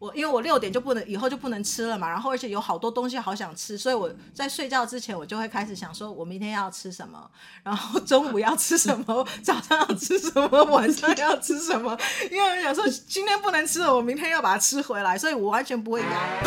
因为我6点就不能以后就不能吃了嘛，然后而且有好多东西好想吃，所以我在睡觉之前我就会开始想说我明天要吃什么，然后中午要吃什么，早上要吃什么，晚上要吃什么，因为我想说今天不能吃了，我明天要把它吃回来，所以我完全不会压。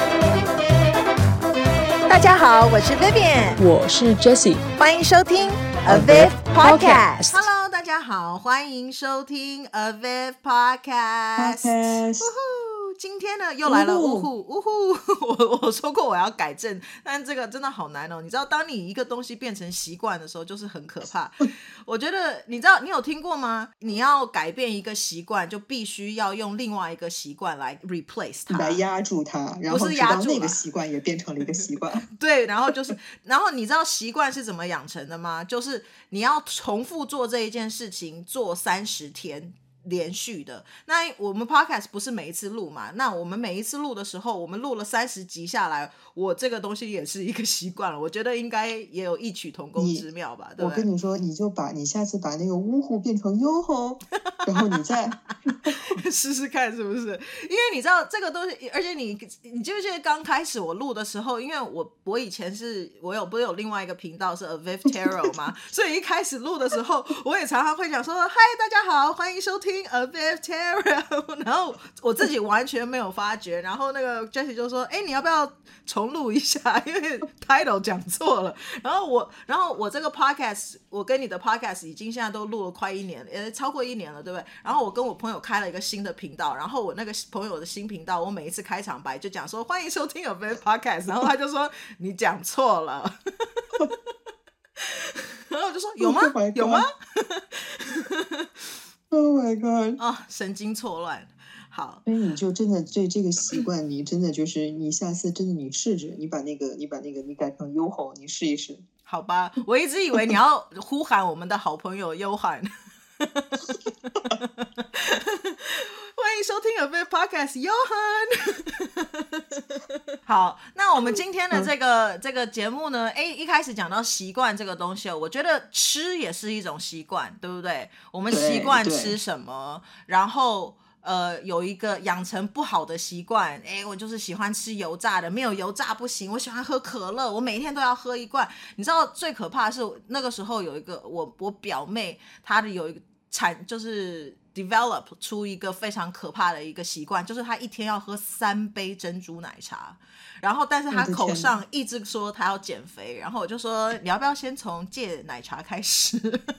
大家好，我是 Vivian， 我是 Jessie， 欢迎收听 Aviv Podcast。Hello， 大家好，欢迎收听 Aviv Podcast。今天呢又来了呜呼呜呼，我说过我要改正，但这个真的好难哦。你知道当你一个东西变成习惯的时候就是很可怕。我觉得你知道你有听过吗？你要改变一个习惯就必须要用另外一个习惯来 replace 它， 来压住它，然后直到那个习惯也变成了一个习惯。 对，然后你知道习惯是怎么养成的吗？就是你要重复做这一件事情做30天连续的。那我们 podcast 不是每一次录嘛，那我们每一次录的时候，我们录了30集下来，我这个东西也是一个习惯了，我觉得应该也有异曲同工之妙吧，对不对？ 我跟你说，你下次把那个呜呼变成哟吼，然后你再试试看是不是？因为你知道这个东西，而且你记不记得刚开始我录的时候，因为我以前不是有另外一个频道是 Aviv Tarot 嘛，所以一开始录的时候，我也常常会讲说嗨大家好，欢迎收听 Aviv Tarot， 然后我自己完全没有发觉，然后那个 Jessie 就说你要不要重录一下，因为 title 讲错了。然后我这个 podcast， 我跟你的 podcast 已经现在都录了快1年了，超过1年了，对不对？然后我跟我朋友开了一个新的频道，然后我那个朋友的新频道，我每一次开场白就讲说欢迎收听 Aviv Podcast， 然后他就说你讲错了。然后我就说有吗？ 有吗 ？Oh my god！ 神经错乱。好， 所以你就真的对这个习惯，你真的就是你下次真的你试着你把那个你改成优吼，你试一试。 好吧，我一直以为你要呼喊我们的好朋友优喊。欢迎收听 Aviv Podcast， 优喊。好，那我们今天的这个节目呢，一开始讲到习惯这个东西，我觉得吃也是一种习惯，对不对？我们习惯吃什么，然后有一个养成不好的习惯，我就是喜欢吃油炸的，没有油炸不行。我喜欢喝可乐，我每天都要喝1罐。你知道最可怕的是那个时候有一个我表妹，她的有一个就是develop 出一个非常可怕的一个习惯，就是她一天要喝3杯珍珠奶茶，然后但是她口上一直说她要减肥，然后我就说你要不要先从戒奶茶开始？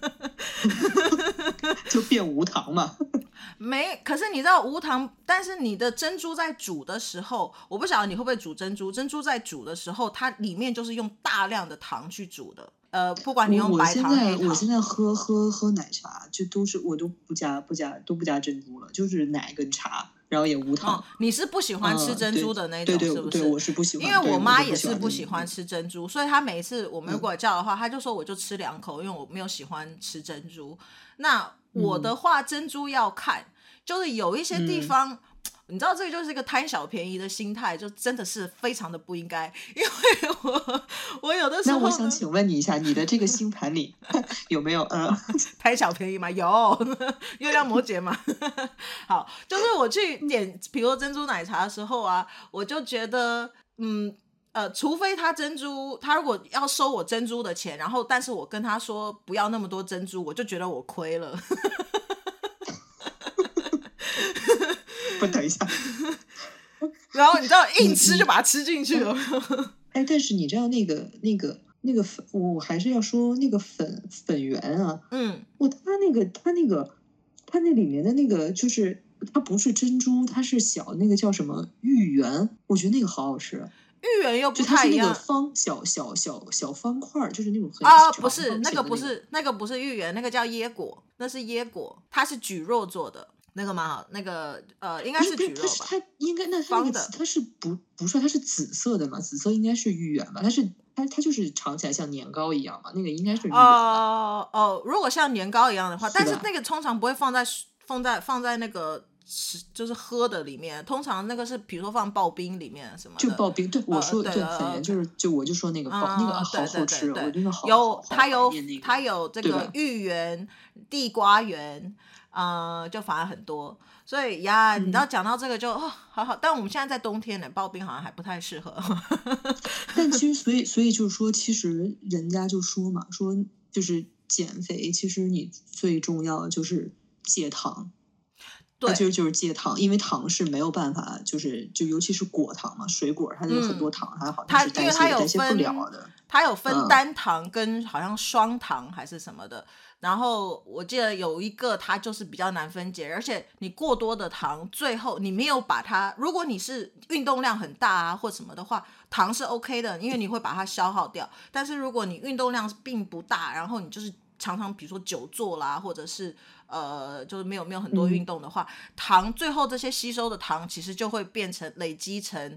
就变无糖嘛。 可是你知道无糖，但是你的珍珠在煮的时候，我不晓得你会不会煮珍珠在煮的时候，它里面就是用大量的糖去煮的。不管你用白糖黑糖， 我现在喝奶茶就我都不加珍珠了，就是奶跟茶，然后也无糖。 你是不喜欢吃珍珠的那种， 对是不是？ 对，我是不喜欢。 因为我妈也是不喜欢吃珍珠，所以她每次我们如果叫的话，她就说我就吃2口，因为我没有喜欢吃珍珠。那我的话，珍珠要看，就是有一些地方。你知道这个就是一个贪小便宜的心态，就真的是非常的不应该。因为我有的时候， 那我想请问你一下，你的这个星盘里有没有贪小便宜吗？有，月亮摩羯嘛。好，就是我去点比如说珍珠奶茶的时候啊，我就觉得除非他如果要收我珍珠的钱，然后但是我跟他说不要那么多珍珠，我就觉得我亏了。 不，等一下。 然后你知道硬吃就把它吃进去了。 但是你知道那个粉，我还是要说那个粉圆啊，它那里面的那个就是它不是珍珠，它是小那个叫什么芋圆，我觉得那个好好吃。 芋圆又不太一样， 就它是那个小方块，就是那种很不是那个不是芋圆，那个叫椰果，那是椰果，它是蒟蒻做的。那个蛮好，那个应该是蒟蒻吧？ 它应该它那个它是不是它是紫色的嘛？紫色应该是芋圆吧？它就是尝起来像年糕一样嘛？那个应该是芋圆吧。 如果像年糕一样的话，但是那个通常不会放在那个就是喝的里面，通常那个是比如说放刨冰里面什么的， 就刨冰。对，我说对粉圆就是我就说那个那个好好吃，我真的好。 它有这个芋圆、地瓜圆， 就反而很多。所以呀，你知道讲到这个就好好，但我们现在在冬天呢，刨冰好像还不太适合。 但其实所以就是说，其实人家就说嘛，说就是减肥，其实你最重要的就是戒糖。 对， 就是戒糖，因为糖是没有办法，就尤其是果糖嘛，水果它有很多糖，它好像是代谢不了的。 它有分单糖跟好像双糖还是什么的，然后我记得有一个它就是比较难分解，而且你过多的糖，最后你没有把它，如果你是运动量很大啊或什么的话，糖是 OK 的，因为你会把它消耗掉。但是如果你运动量并不大，然后你就是常常比如说久坐啦，或者是就是没有很多运动的话，糖最后这些吸收的糖其实就会变成累积成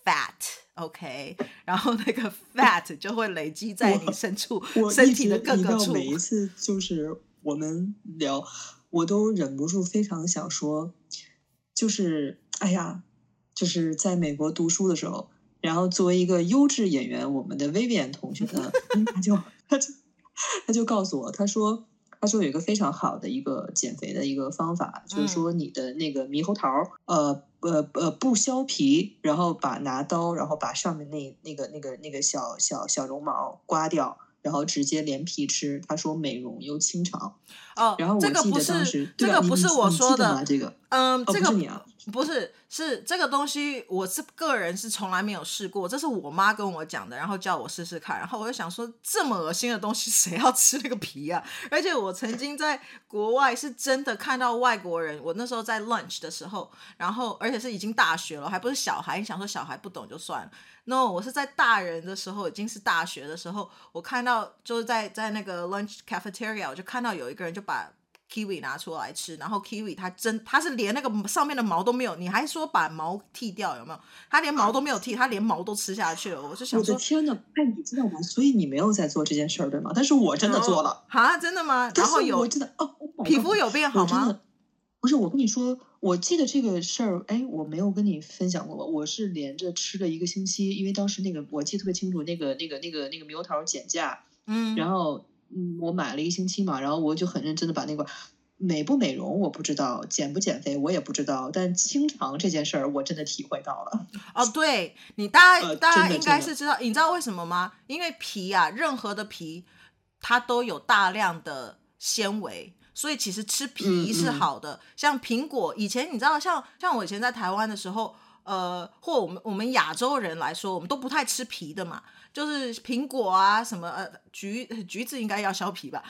fat，OK， 然后那个 fat 就会累积在你身体的各个处。 每一次就是我们聊，我都忍不住非常想说，就是哎呀，就是在美国读书的时候，然后作为一个优质演员，我们的 Vivian 同学呢，他就告诉我，他说有一个非常好的一个减肥的一个方法，就是说你的那个猕猴桃不削皮，然后拿刀，然后把上面那个小绒毛刮掉，然后直接连皮吃。他说美容又清肠。然后我记得当时这个不是我说的， 这个这个不是你啊。 不是，是这个东西，我是个人是从来没有试过，这是我妈跟我讲的，然后叫我试试看，然后我就想说，这么恶心的东西谁要吃那个皮啊？而且我曾经在国外是真的看到外国人，我那时候在 lunch 的时候，然后而且是已经大学了，还不是小孩，你想说小孩不懂就算了 ，no， 我是在大人的时候，已经是大学的时候，我看到就是在那个 lunch cafeteria， 我就看到有一个人就把kiwi 拿出来吃，然后 kiwi 它是连那个上面的毛都没有，你还说把毛剃掉有没有？它连毛都没有剃，它连毛都吃下去了。我就想说， 我的天哪！哎，你知道吗？所以你没有在做这件事儿对吗？但是我真的做了。 真的吗？然后我真的皮肤有变好吗？ 不是，我跟你说，我记得这个事儿，哎，我没有跟你分享过。我是连着吃了1个星期，因为当时我记得特别清楚，那个猕猴桃减价，然后我买了1个星期嘛，然后我就很认真的把那个美不美容我不知道，减不减肥我也不知道，但清肠这件事儿我真的体会到了。 对，你大家应该是知道，你知道为什么吗？因为皮啊，任何的皮它都有大量的纤维。所以其实吃皮是好的，像苹果，以前你知道，像我以前在台湾的时候，或我们亚洲人来说，我们都不太吃皮的嘛，就是苹果啊，什么橘子应该要削皮吧，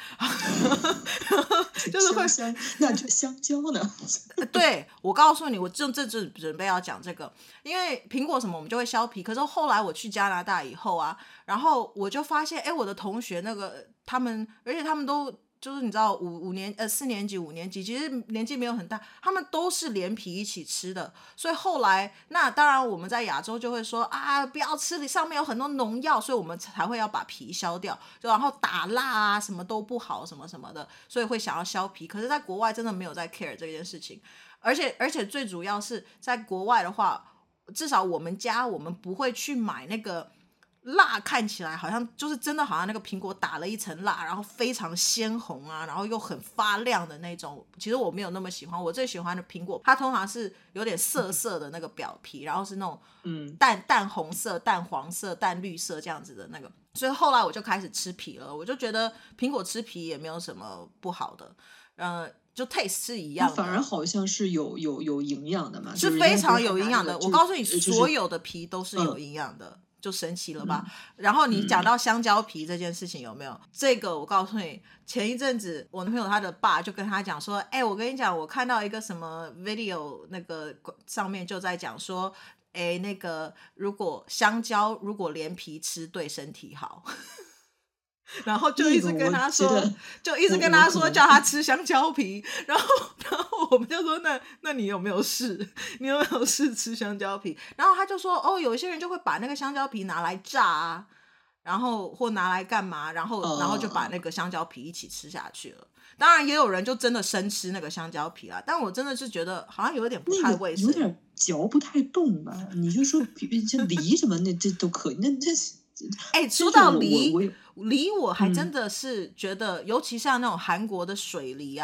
就是会那香蕉呢？ 对，我告诉你，我这准备要讲这个，因为苹果什么我们就会削皮，可是后来我去加拿大以后啊，然后我就发现，哎，我的同学那个而且他们都。就是你知道4年级5年级其实年纪没有很大，他们都是连皮一起吃的，所以后来那当然我们在亚洲就会说啊不要吃，上面有很多农药，所以我们才会要把皮削掉，就然后打蜡啊什么都不好什么什么的，所以会想要削皮。可是在国外真的没有在 care 这件事情，而且最主要是在国外的话，至少我们不会去买那个蜡，看起来好像就是真的好像那个苹果打了一层蜡，然后非常鲜红啊，然后又很发亮的那种，其实我没有那么喜欢。我最喜欢的苹果它通常是有点涩涩的那个表皮，然后是那种淡红色、淡黄色、淡绿色这样子的那个，所以后来我就开始吃皮了。我就觉得苹果吃皮也没有什么不好的，就 taste 是一样的， 反而好像是有营养的嘛， 是非常有营养的。我告诉你，所有的皮都是有营养的。就神奇了吧？然后你讲到香蕉皮这件事情有没有？这个我告诉你，前一阵子我男朋友他的爸就跟他讲说，哎，我跟你讲，我看到一个什么 video， 那个上面就在讲说，哎，那个香蕉如果连皮吃对身体好。然后就一直跟他说，叫他吃香蕉皮，然后我们就说那你有没有试？你有没有试吃香蕉皮？然后他就说有一些人就会把那个香蕉皮拿来炸啊，然后或拿来干嘛，然后就把那个香蕉皮一起吃下去了。当然也有人就真的生吃那个香蕉皮啦，但我真的是觉得好像有点不太卫生， 有点嚼不太动吧？你就说像梨什么那这都可以，那这。 说到梨我还真的是觉得，尤其像那种韩国的水梨啊，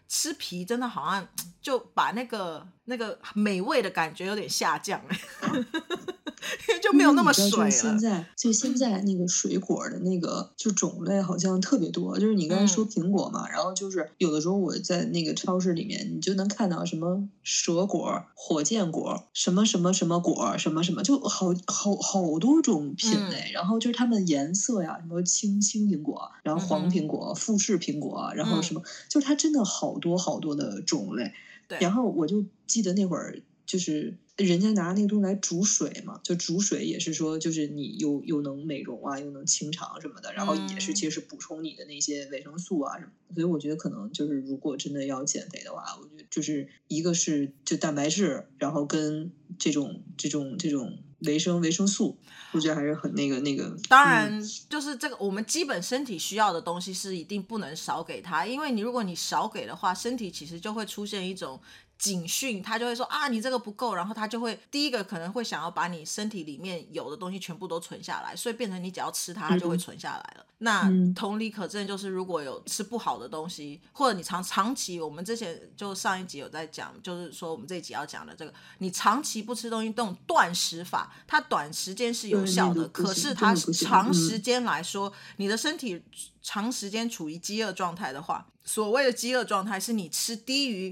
吃皮真的好像就把那个美味的感觉有点下降因为就没有那么水了。 现在那个水果的那个就种类好像特别多，就是你刚才说苹果嘛，然后就是有的时候我在那个超市里面，你就能看到什么蛇果、火箭果、什么什么什么果、什么什么，就好多种品类。然后就是它们颜色呀，什么青苹果，然后黄苹果、富士苹果，然后什么，就是它真的好多的种类。然后我就记得那会儿就是人家拿那个东西来煮水嘛，就煮水也是说就是你又能美容啊，又能清肠什么的，然后也是其实补充你的那些维生素啊什么的。所以我觉得可能就是如果真的要减肥的话，我觉得就是一个是就蛋白质，然后跟这种维生素，我觉得还是很那个。 当然就是这个我们基本身体需要的东西是一定不能少给它，因为如果你少给的话，身体其实就会出现一种警讯，他就会说啊你这个不够，然后他就会第一个可能会想要把你身体里面有的东西全部都存下来，所以变成你只要吃它就会存下来了。那同理可证，就是如果有吃不好的东西，或者你长期，我们之前就上一集有在讲，就是说我们这一集要讲的这个，你长期不吃东西，这种断食法，它短时间是有效的，可是它长时间来说，你的身体长时间处于饥饿状态的话，所谓的饥饿状态是你吃低于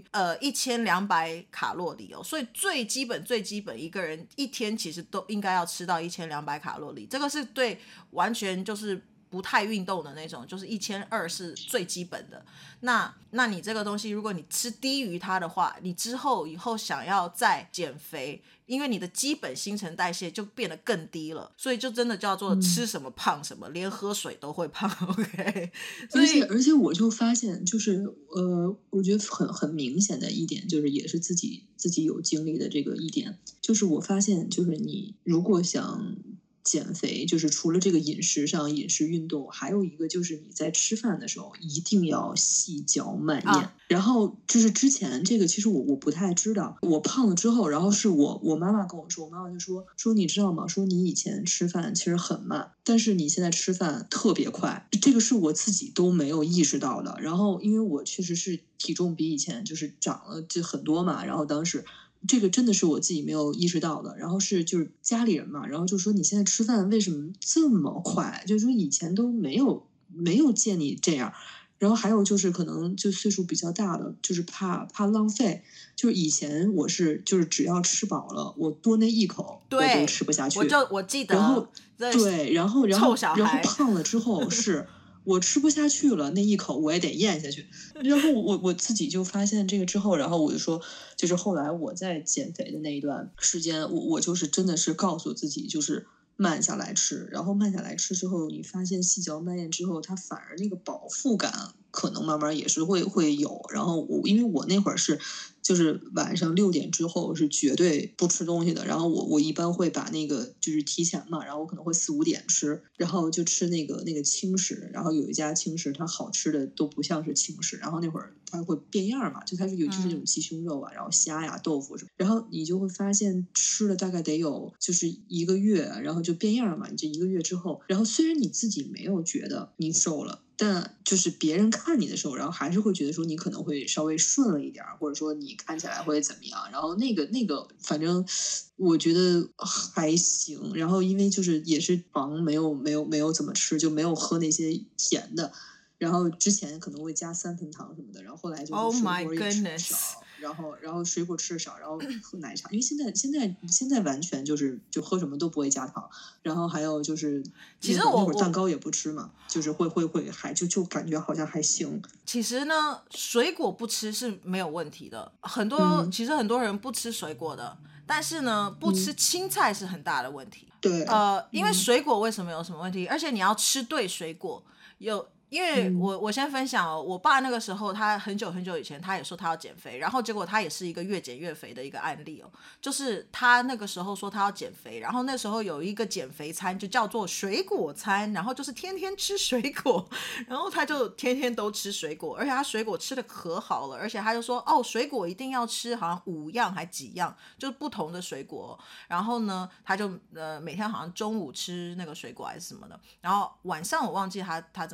1200卡路里哦，所以最基本一个人一天其实都应该要吃到1200卡路里，这个是对完全就是不太运动的那种，就是1200是最基本的。那你这个东西如果你吃低于它的话，你以后想要再减肥，因为你的基本新陈代谢就变得更低了，所以就真的叫做吃什么胖什么，连喝水都会胖OK 而且我就发现就是我觉得很明显的一点，就是也是自己有经历的这个一点，就是我发现就是你如果想减肥，就是除了这个饮食运动，还有一个就是你在吃饭的时候一定要细嚼慢咽。然后就是之前这个其实我不太知道，我胖了之后，然后是我妈妈跟我说，我妈妈就说你知道吗？说你以前吃饭其实很慢，但是你现在吃饭特别快，这个是我自己都没有意识到的。然后因为我确实是体重比以前就是长了就很多嘛，然后当时这个真的是我自己没有意识到的。然后就是家里人嘛，然后就说你现在吃饭为什么这么快？就是说以前都没有见你这样。然后还有就是可能就岁数比较大的，就是怕浪费。就是以前我是就是只要吃饱了，我多那一口我都吃不下去。 我记得。 然后对，然后胖了之后是我吃不下去了，那一口我也得咽下去。然后我自己就发现这个之后，然后我就说，就是后来我在减肥的那一段时间，我就是真的是告诉自己，就是慢下来吃。然后慢下来吃之后，你发现细嚼慢咽之后，它反而那个饱腹感可能慢慢也是会有。然后因为我那会儿是就是晚上6点之后是绝对不吃东西的，然后我一般会把那个就是提前嘛，然后我可能会4、5点吃，然后就吃那个轻食。然后有一家轻食，它好吃的都不像是轻食，然后那会儿它会变样嘛，就它是就是那种鸡胸肉啊，然后虾呀、豆腐什么，然后你就会发现吃了大概得有就是1个月，然后就变样嘛。你这1个月之后，然后虽然你自己没有觉得你瘦了，但就是别人看你的时候，然后还是会觉得说你可能会稍微顺了一点，或者说你看起来会怎么样。然后那个反正我觉得还行。然后因为就是也是糖没有怎么吃，就没有喝那些甜的。然后之前可能会加3分糖什么的，然后后来就是水果也吃的少，然后水果吃的少，然后喝奶茶，因为现在完全就喝什么都不会加糖。然后还有就是其实那会儿蛋糕也不吃嘛，就是会还就感觉好像还行。 其实呢，水果不吃是没有问题的，其实很多人不吃水果的，但是呢，不吃青菜是很大的问题。 对， 因为水果为什么有什么问题？而且你要吃对水果，因为我先分享哦，我爸那个时候他很久以前他也说他要减肥，然后结果他也是一个越减越肥的一个案例哦。就是他那个时候说他要减肥，然后那时候有一个减肥餐就叫做水果餐，然后就是天天吃水果，然后他就天天都吃水果，而且他水果吃的可好了，而且他就说水果一定要吃好像5样还几样，就是不同的水果。然后呢他就每天好像中午吃那个水果还是什么的，然后晚上我忘记他怎么吃了。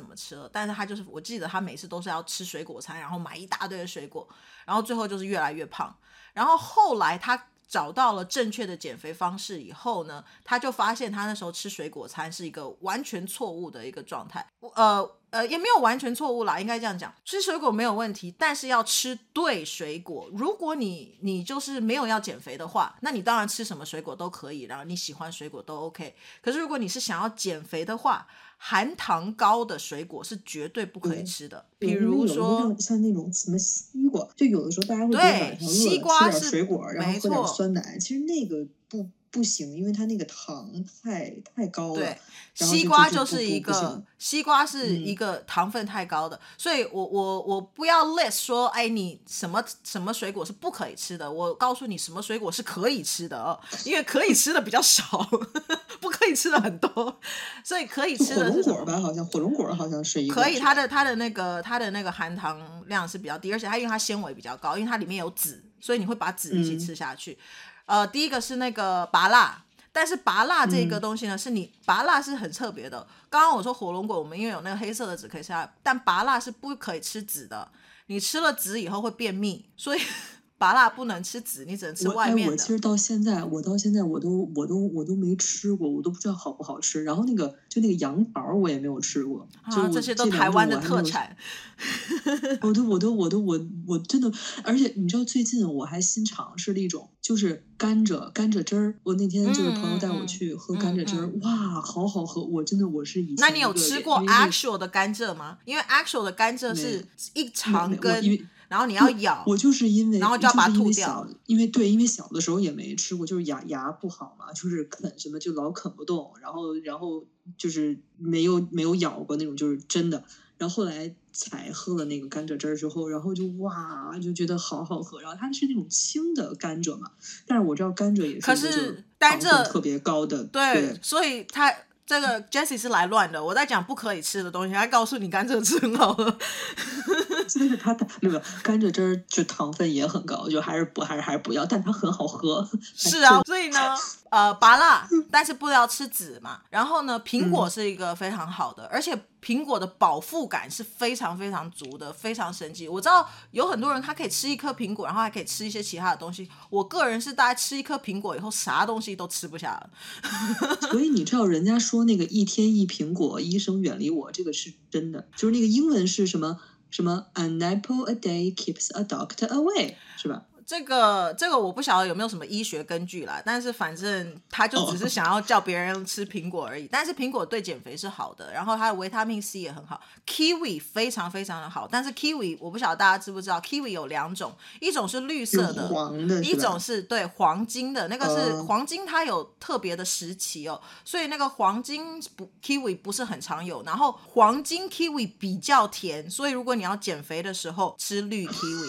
了，但是他就是我记得他每次都是要吃水果餐，然后买一大堆的水果，然后最后就是越来越胖。然后后来他找到了正确的减肥方式以后呢，他就发现他那时候吃水果餐是一个完全错误的一个状态。也没有完全错误啦，应该这样讲，吃水果没有问题，但是要吃对水果。如果你就是没有要减肥的话，那你当然吃什么水果都可以，然后你喜欢水果都 OK。可是如果你是想要减肥的话，含糖高的水果是绝对不可以吃的。比如说像那种什么西瓜，就有的时候大家会觉得晚上西瓜是吃点水果，然后喝点酸奶，其实那个不行，因为它那个糖太高了。 对，西瓜就是一个西瓜是一个糖分太高的，所以我不要 list 说，哎，你什么水果是不可以吃的，我告诉你什么水果是可以吃的哦，因为可以吃的比较少，不可以吃的很多，所以可以吃的是什么？ 火龙果吧，好像火龙果好像是一个可以，它的那个含糖量是比较低，而且它因为它纤维比较高，因为它里面有籽，所以你会把籽一起吃下去。第一个是那个芭乐，但是芭乐这个东西呢，是你芭乐是很特别的。刚刚我说火龙果，我们因为有那个黑色的籽可以吃下，但芭乐是不可以吃籽的，你吃了籽以后会便秘，所以芭乐不能吃籽，你只能吃外面的。 我其实到现在我都没吃过，我都不知道好不好吃。然后那个杨桃我也没有吃过， 这些都台湾的特产。 我真的，而且你知道最近我还新尝试了一种，就是甘蔗汁儿。我那天就是朋友带我去喝甘蔗汁儿，哇，好好喝！我是以前那你有吃过 actual 的甘蔗吗？因为 actual 的甘蔗是一长根。然后你要咬， 我就是因为， 然后就要把它吐掉。 因为小的时候也没吃过，就是牙不好嘛，就是啃什么就老啃不动，然后就是没有咬过那种，就是真的。然后后来才喝了那个甘蔗汁儿之后，然后就哇，就觉得好好喝。然后它是那种轻的甘蔗嘛，但是我知道甘蔗也是， 可是甘蔗特别高的， 对，所以它。这个 Jessie 是来乱的，我在讲不可以吃的东西，他告诉你甘蔗汁很好喝。 就是它那个甘蔗汁儿就糖分也很高，就还是不要，但它很好喝。 是啊，所以呢，芭乐，但是不要吃籽嘛。然后呢，苹果是一个非常好的，而且苹果的饱腹感是非常非常足的，非常神奇。我知道有很多人他可以吃一颗苹果，然后还可以吃一些其他的东西。我个人是大概吃一颗苹果以后，啥东西都吃不下了。 所以你知道人家说那个一天一苹果，医生远离我，这个是真的。就是那个英文是什么？An apple a day keeps a doctor away， 是吧？ 这个我不晓得有没有什么医学根据啦，但是反正他就只是想要叫别人吃苹果而已。但是苹果对减肥是好的，然后它的维他命 C 也很好。Kiwi 非常非常的好，但是 Kiwi 我不晓得大家知不知道 Kiwi 有两种，一种是绿色的， 黄的， 一种是对黄金的，那个是黄金，它有特别的时期哦，所以那个黄金Kiwi 不是很常有，然后黄金 Kiwi 比较甜，所以如果你要减肥的时候吃绿 Kiwi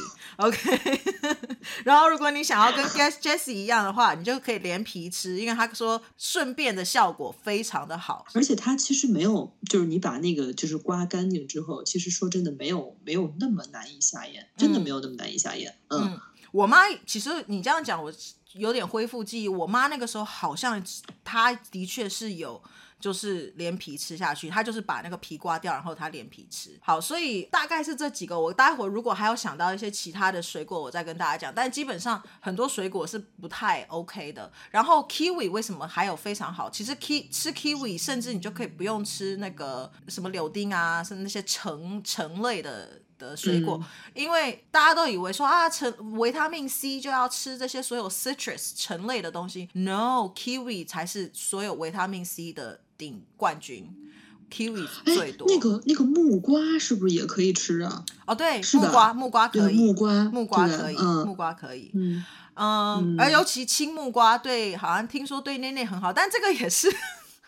OK 然后如果你想要跟 Jessie 一样的话，你就可以连皮吃，因为他说顺便的效果非常的好， 而且它其实没有，就是你把那个就是刮干净之后，其实说真的没有那么难以下咽，真的没有那么难以下咽。 我妈其实你这样讲我有点恢复记忆，我妈那个时候好像她的确是有就是连皮吃下去，她就是把那个皮刮掉，然后她连皮吃。好，所以大概是这几个，我待会如果还有想到一些其他的水果我再跟大家讲，但基本上很多水果是不太 OK 的。然后 kiwi 为什么还有非常好，其实吃 kiwi 甚至你就可以不用吃那个什么柳丁啊，甚至那些橙类的水果，因为大家都以为说啊，维他命 C 就要吃这些所有 citrus 橙类的东西 ，No， kiwi 才是所有维他命 C 的冠军 ，kiwi 最多。 那个木瓜是不是也可以吃啊？ 哦，对，木瓜可以， 木瓜可以，木瓜可以，而尤其青木瓜对，好像听说对内很好，但这个也是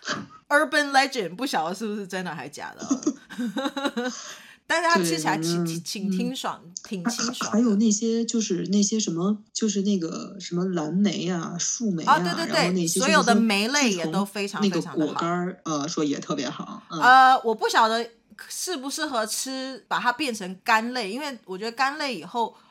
urban legend， 不晓得是不是真的还假的。但是它吃起来挺清爽，挺清爽。 还有那些就是那些什么，就是那个什么蓝莓啊、树莓啊， 对， 然后那些所有的莓类也都非常非常的好。 那个果干说也特别好。 我不晓得适不适合吃，把它变成干类，因为我觉得干类以后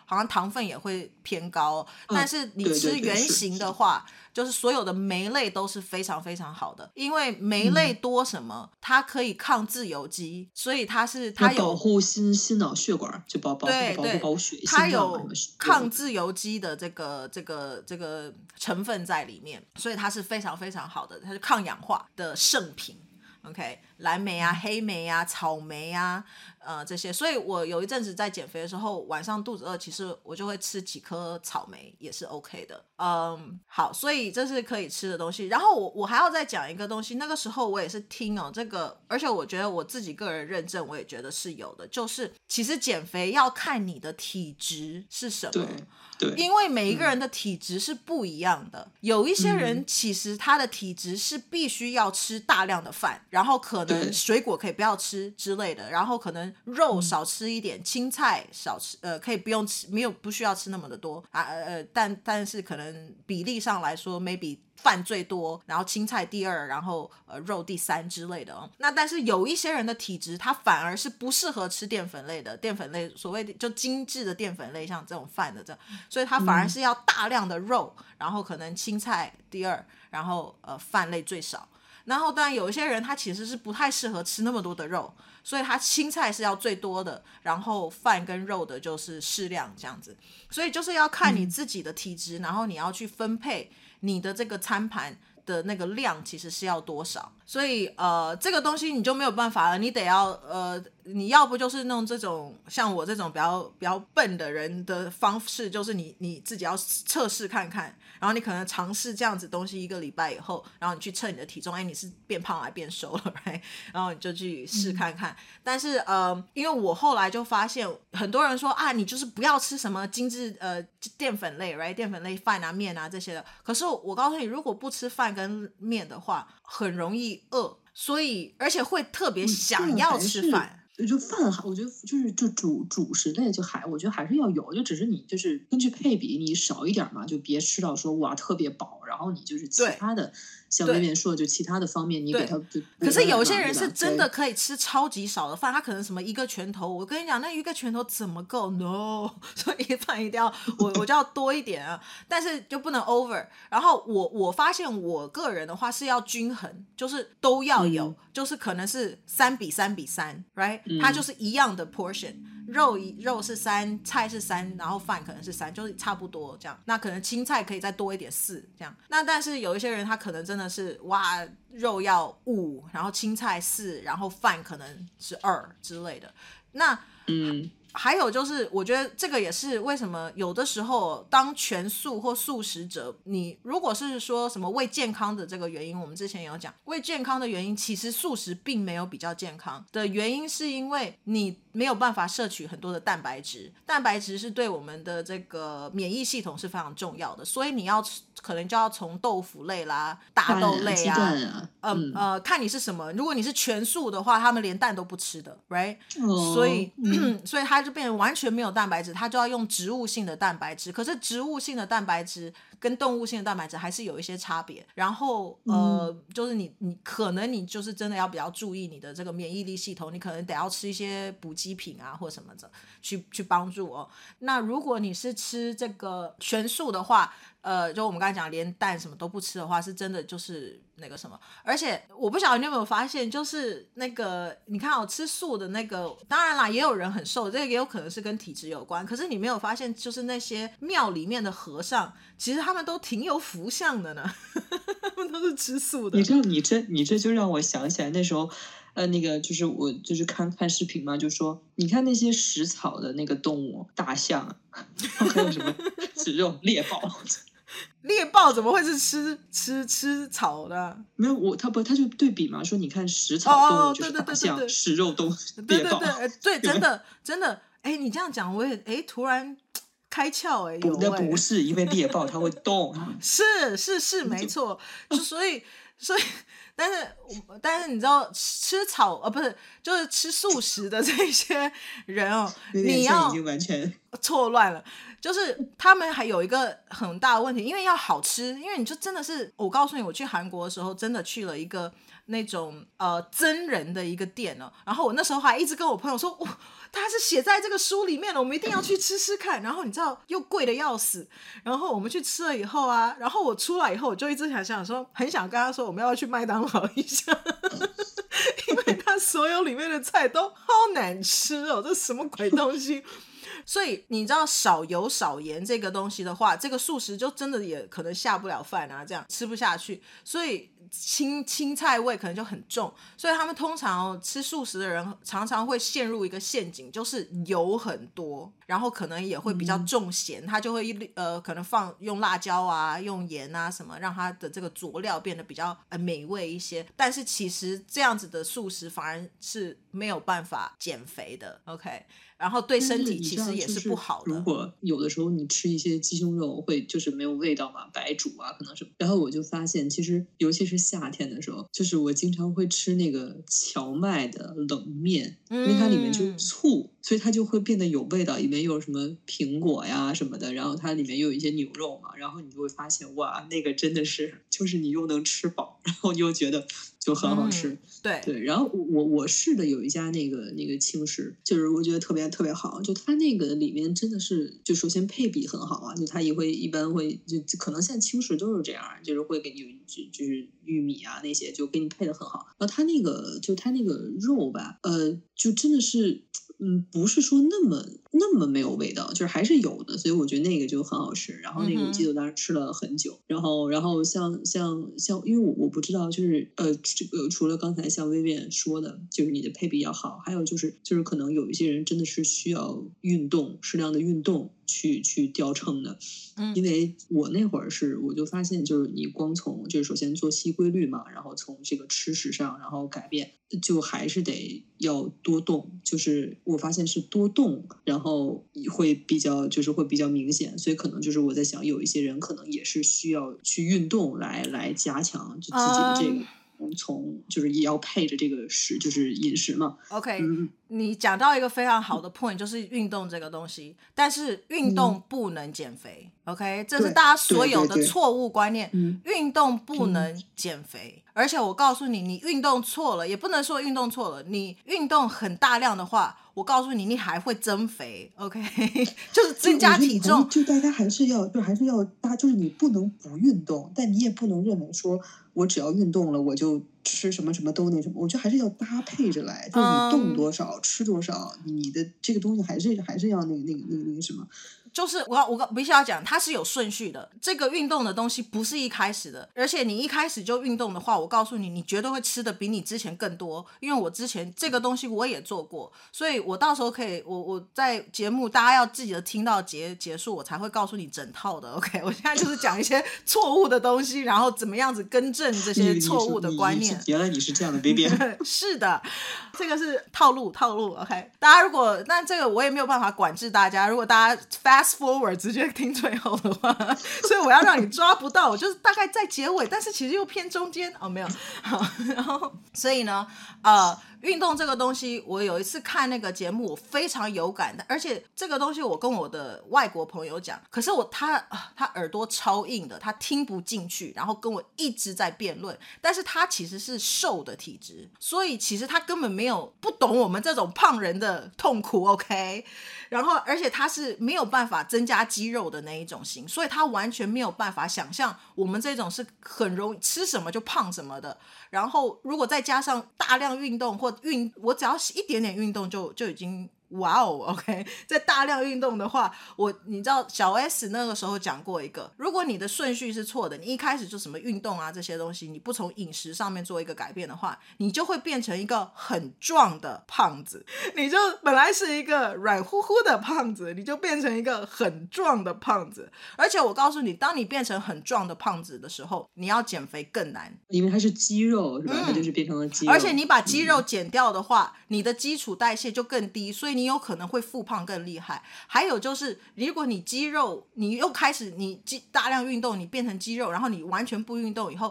好像糖分也会偏高，但是你吃对对对原形的话，就是所有的酶类都是非常非常好的，因为酶类多什么，它可以抗自由基，所以它有保护心脑血管，就保护血， 它有抗自由基的这个成分在里面，所以它是非常非常好的，它是抗氧化的圣品。OK， 蓝莓啊、黑莓啊、草莓啊，这些，所以我有一阵子在减肥的时候，晚上肚子饿，其实我就会吃几颗草莓，也是 OK 的。好，所以这是可以吃的东西。然后我还要再讲一个东西，那个时候我也是听这个，而且我觉得我自己个人认证，我也觉得是有的，就是其实减肥要看你的体质是什么。 对， 因为每一个人的体质是不一样的，有一些人其实他的体质是必须要吃大量的饭，然后可能水果可以不要吃之类的，然后可能肉少吃一点，青菜少吃，可以不用吃，不需要吃那么的多啊，但是可能比例上来说 maybe饭最多，然后青菜第二，然后肉第三之类的那但是有一些人的体质他反而是不适合吃淀粉类的，淀粉类所谓的就精致的淀粉类，像这种饭的这样，所以他反而是要大量的肉，然后可能青菜第二，然后饭类最少。然后当然有一些人他其实是不太适合吃那么多的肉，所以他青菜是要最多的，然后饭跟肉的就是适量这样子。所以就是要看你自己的体质，然后你要去分配你的这个餐盘的那个量其实是要多少。所以这个东西你就没有办法了，你得要你要不就是弄这种像我这种比较笨的人的方式，就是你自己要测试看看，然后你可能尝试这样子东西1个礼拜以后，然后你去称你的体重，你是变胖还变瘦了 right？ 然后你就去试看看。但是因为我后来就发现很多人说你就是不要吃什么精致淀粉类 right？ 淀粉类饭啊面啊这些的，可是我告诉你，如果不吃饭跟面的话很容易饿，所以而且会特别想要吃饭。 就饭，我觉得就主食类我觉得还是要有，就只是你就是根据配比你少一点嘛，就别吃到说哇特别饱，然后你就是其他的像薇薇说的，就其他的方面你给他可是有些人是真的可以吃超级少的饭，他可能什么1个拳头，我跟你讲那1个拳头怎么够 no， 所以饭一定要我就要多一点啊，但是就不能 over。然后我发现我个人的话是要均衡，就是都要有，就是可能是3:3:3 right？它就是一样的 portion， 肉是3，菜是3，然后饭可能是3，就是差不多这样。那可能青菜可以再多一点4这样。那但是有一些人他可能真的是哇肉要5，然后青菜4，然后饭可能是2之类的。那还有就是我觉得这个也是为什么有的时候当全素或素食者，你如果是说什么为健康的这个原因，我们之前有讲为健康的原因，其实素食并没有比较健康的原因，是因为你没有办法摄取很多的蛋白质，蛋白质是对我们的这个免疫系统是非常重要的，所以你可能就要从豆腐类啦、大豆类看你是什么。如果你是全素的话，他们连蛋都不吃的 right？所以它就变成完全没有蛋白质，它就要用植物性的蛋白质。可是植物性的蛋白质跟动物性的蛋白质还是有一些差别。然后就是你可能你就是真的要比较注意你的这个免疫力系统，你可能得要吃一些补给品啊或什么的去帮助那如果你是吃这个全素的话，就我们刚才讲连蛋什么都不吃的话，是真的就是那个什么。而且我不晓得你有没有发现，就是那个你看吃素的那个，当然啦也有人很瘦，这个也有可能是跟体质有关，可是你没有发现就是那些庙里面的和尚其实他们都挺有福相的呢他们都是吃素的。 你知道你这就让我想起来那时候那个就是我就是看视频嘛，就说你看那些食草的那个动物，大象还有什么吃肉猎豹猎豹怎么会是吃草的？ 没有他就对比嘛，说你看食草动物就是大象，食肉动物猎豹。 对，真的你这样讲我也突然开窍那不是因为猎豹它会动是没错就所以所以但是你知道吃不是就是吃素食的这些人哦，你要已经完全错乱了。就是他们还有一个很大的问题，因为要好吃，因为你就真的是，我告诉你，我去韩国的时候真的去了一个那种真人的一个店哦，然后我那时候还一直跟我朋友说，他是写在这个书里面了，我们一定要去吃吃看。然后你知道又贵的要死，然后我们去吃了以后啊，然后我出来以后我就一直想说，很想跟他说我们要去麦当劳一下因为他所有里面的菜都好难吃哦，这什么鬼东西所以你知道少油少盐这个东西的话，这个素食就真的也可能下不了饭啊，这样吃不下去，所以青菜味可能就很重，所以他们通常吃素食的人常常会陷入一个陷阱，就是油很多，然后可能也会比较重咸，他就会可能用辣椒啊用盐啊什么，让它的这个佐料变得比较美味一些。但是其实这样子的素食反而是没有办法减肥的 OK， 然后对身体其实也是不好的。 如果有的时候你吃一些鸡胸肉会就是没有味道嘛，白煮啊可能是，然后我就发现其实尤其是夏天的时候，就是我经常会吃那个荞麦的冷面，因为它里面就是醋，所以它就会变得有味道，里面有什么苹果呀什么的，然后它里面又有一些牛肉嘛，然后你就会发现哇，那个真的是就是你又能吃饱，然后你又觉得就很好吃。对，然后我试的有一家那个轻食，就是我觉得特别好，就它那个里面真的是，就首先配比很好啊，就它一般会就可能现在轻食都是这样，就是会给你就是玉米啊那些就给你配的很好，然后它那个肉吧，就真的是。不是说那么没有味道，就是还是有的，所以我觉得那个就很好吃。然后那个我记得当时吃了很久，然后像，因为我不知道，就是这个除了刚才像薇薇说的，就是你的配比要好，还有就是可能有一些人真的是需要适量的运动去掉秤的。因为我那会儿我就发现，就是你光从就是首先作息规律嘛，然后从这个吃食上，然后改变，就还是得要多动。就是我发现是多动，然后会比较明显，所以可能就是我在想，有一些人可能也是需要去运动来加强就自己的这个。从就是也要配着这个就是饮食嘛。 OK，你讲到一个非常好的 point， 就是运动这个东西，但是运动不能减肥。OK， 这是大家所有的错误观念。运动不能减肥，而且我告诉你，你运动错了，也不能说运动错了，你运动很大量的话，我告诉你，你还会增肥。OK， 就是增加体重。 就大家还是要就是你不能不运动，但你也不能认为说我只要运动了我就吃什么什么都那什么，我觉得还是要搭配着来，就是你动多少吃多少，你的这个东西还是要那个什么。 就是我必须要讲，它是有顺序的。这个运动的东西不是一开始的，而且你一开始就运动的话，我告诉你，你绝对会吃的比你之前更多。因为我之前这个东西我也做过，所以我到时候可以，我在节目大家要自己的听到结束，我才会告诉你整套的。OK， 我现在就是讲一些错误的东西，然后怎么样子更正这些错误的观念。 原来你是这样的 baby 是的，这个是套路。OK， 大家如果那这个我也没有办法管制大家，如果大家 fast forward 直接听最后的话，所以我要让你抓不到，我就是大概在结尾，但是其实又偏中间没有。好，然后所以呢运动这个东西，我有一次看那个节目，我非常有感的，而且这个东西我跟我的外国朋友讲，可是他耳朵超硬的，他听不进去，然后跟我一直在辩论，但是他其实是瘦的体质，所以其实他根本不懂我们这种胖人的痛苦 OK， 然后而且他是没有办法增加肌肉的那一种型，所以他完全没有办法想象我们这种是很容易吃什么就胖什么的，然后如果再加上大量运动或我只要一点点运动就已经哇哦 OK， 在大量运动的话，你知道小 S 那个时候讲过一个，如果你的顺序是错的，你一开始就什么运动啊这些东西，你不从饮食上面做一个改变的话，你就会变成一个很壮的胖子，你就本来是一个软乎乎的胖子，你就变成一个很壮的胖子。而且我告诉你，当你变成很壮的胖子的时候，你要减肥更难， 因为它是肌肉是吧？它就是变成了肌肉， 而且你把肌肉减掉的话，你的基础代谢就更低，所以你有可能会复胖更厉害。还有就是如果你肌肉你又开始你大量运动，你变成肌肉，然后你完全不运动以后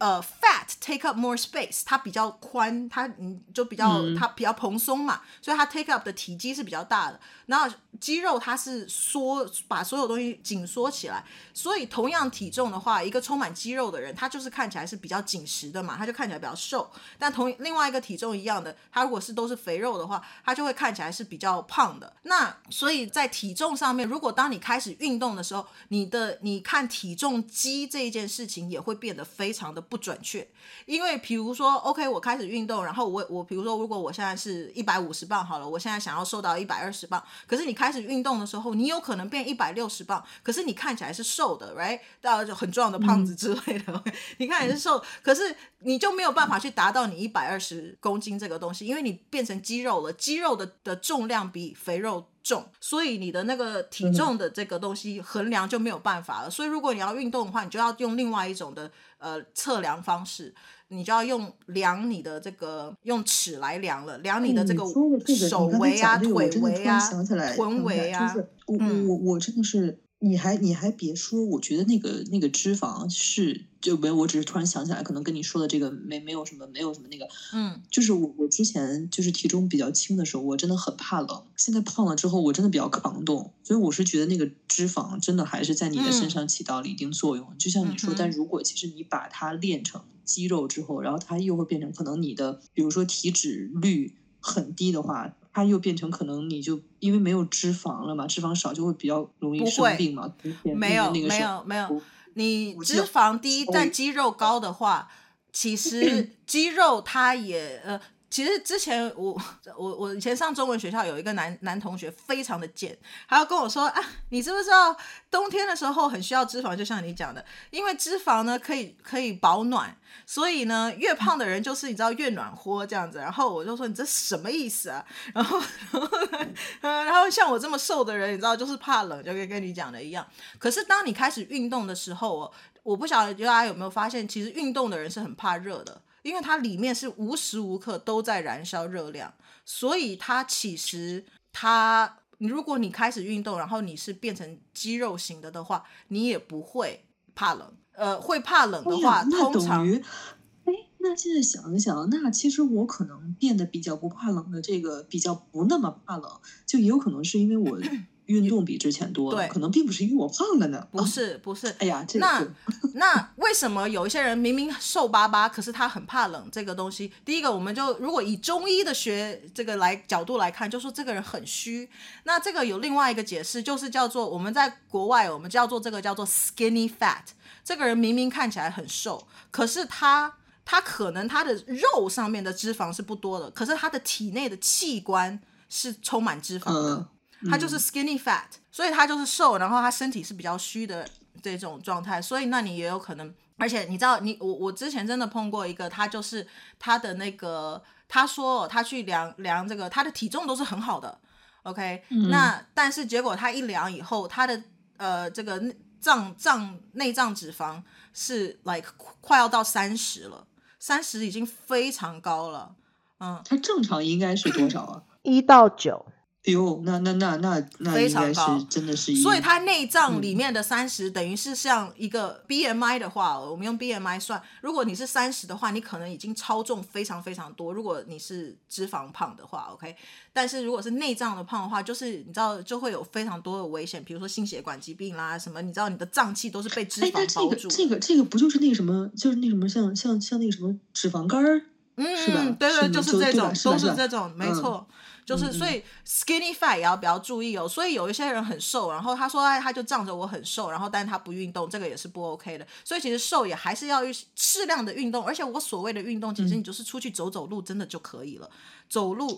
fat take up more space， 它比较宽，它就比较它比较蓬松嘛，所以它 take up 的体积是比较大的，然后肌肉它是把所有东西紧缩起来，所以同样体重的话，一个充满肌肉的人他就是看起来是比较紧实的嘛，他就看起来比较瘦，但另外一个体重一样的，他如果是都是肥肉的话，他就会看起来是比较胖的。那所以在体重上面，如果当你开始运动的时候，你看体重机这一件事情也会变得非常的不准确。因为比如说 OK 我开始运动，然后我比如说如果我现在是150磅好了，我现在想要瘦到120磅，可是你开始运动的时候，你有可能变160磅，可是你看起来是瘦的 right， 很壮的胖子之类的你看起来是瘦，可是你就没有办法去达到你120公斤这个东西，因为你变成肌肉了，肌肉的重量比肥肉重，所以你的那个体重的这个东西衡量就没有办法了。所以如果你要运动的话，你就要用另外一种的测量方式，你就要量你的这个用尺来量了，量你的这个手围啊、腿围啊、臀围啊。 我真的是，你还别说，我觉得那个脂肪是我只是突然想起来，可能跟你说的这个没有什么那个，就是我之前就是体重比较轻的时候，我真的很怕冷，现在胖了之后，我真的比较抗冻，所以我是觉得那个脂肪真的还是在你的身上起到了一定作用，就像你说，但如果其实你把它练成肌肉之后，然后它又会变成可能你的比如说体脂率很低的话，它又变成可能你就因为没有脂肪了嘛，脂肪少就会比较容易生病嘛。 没有，你脂肪低但肌肉高的话，其实肌肉它也其实之前我以前上中文学校有一个男同学非常的贱，他要跟我说啊，你知不知道冬天的时候很需要脂肪，就像你讲的，因为脂肪呢可以保暖，所以呢越胖的人就是你知道越暖和这样子。然后我就说你这什么意思啊？然后像我这么瘦的人，你知道就是怕冷，就跟你讲的一样。可是当你开始运动的时候，我不晓得大家有没有发现，其实运动的人是很怕热的。因为它里面是无时无刻都在燃烧热量，所以它其实如果你开始运动，然后你是变成肌肉型的话，你也不会怕冷。会怕冷的话，通常那现在想一想，那其实我可能变得比较不怕冷的这个比较不那么怕冷，就也有可能是因为我运动比之前多了，可能并不是因为我胖了呢。 不是， 哎呀， 那为什么有一些人明明瘦巴巴，可是他很怕冷这个东西？第一个，我们就如果以中医的这个角度来看，就说这个人很虚。那这个有另外一个解释，就是叫做我们在国外我们叫做这个叫做 skinny fat。这个人明明看起来很瘦，可是他可能他的肉上面的脂肪是不多的，可是他的体内的器官是充满脂肪的。他就是 skinny fat， 所以他就是瘦，然后他身体是比较虚的这种状态，所以那你也有可能，而且你知道我之前真的碰过一个，他就是他的那个，他说他去量这个，他的体重都是很好的 ，OK，那但是结果他一量以后，他的这个内脏脂肪是 like 快要到30了，30已经非常高了， 他正常应该是多少啊 ？1到9。 哎呦，那非常高， 真的是， 所以它内脏里面的30，等于是像一个 BMI 的话，我们用 BMI 算，如果你是30的话，你可能已经超重非常非常多。如果你是脂肪胖的话 ，OK， 但是如果是内脏的胖的话，就是你知道就会有非常多的危险，比如说心血管疾病啦，什么你知道你的脏器都是被脂肪包住。 这个不就是那个什么，就是那什么像那个什么脂肪肝儿，是吧？ 对，就是这种，都是这种，没错。就是所以 skinny fat 也要比较注意哦。所以有一些人很瘦，然后他说他就仗着我很瘦，然后但是他不运动，这个也是不 OK 的。所以其实瘦也还是要适量的运动，而且我所谓的运动，其实你就是出去走走路真的就可以了。走路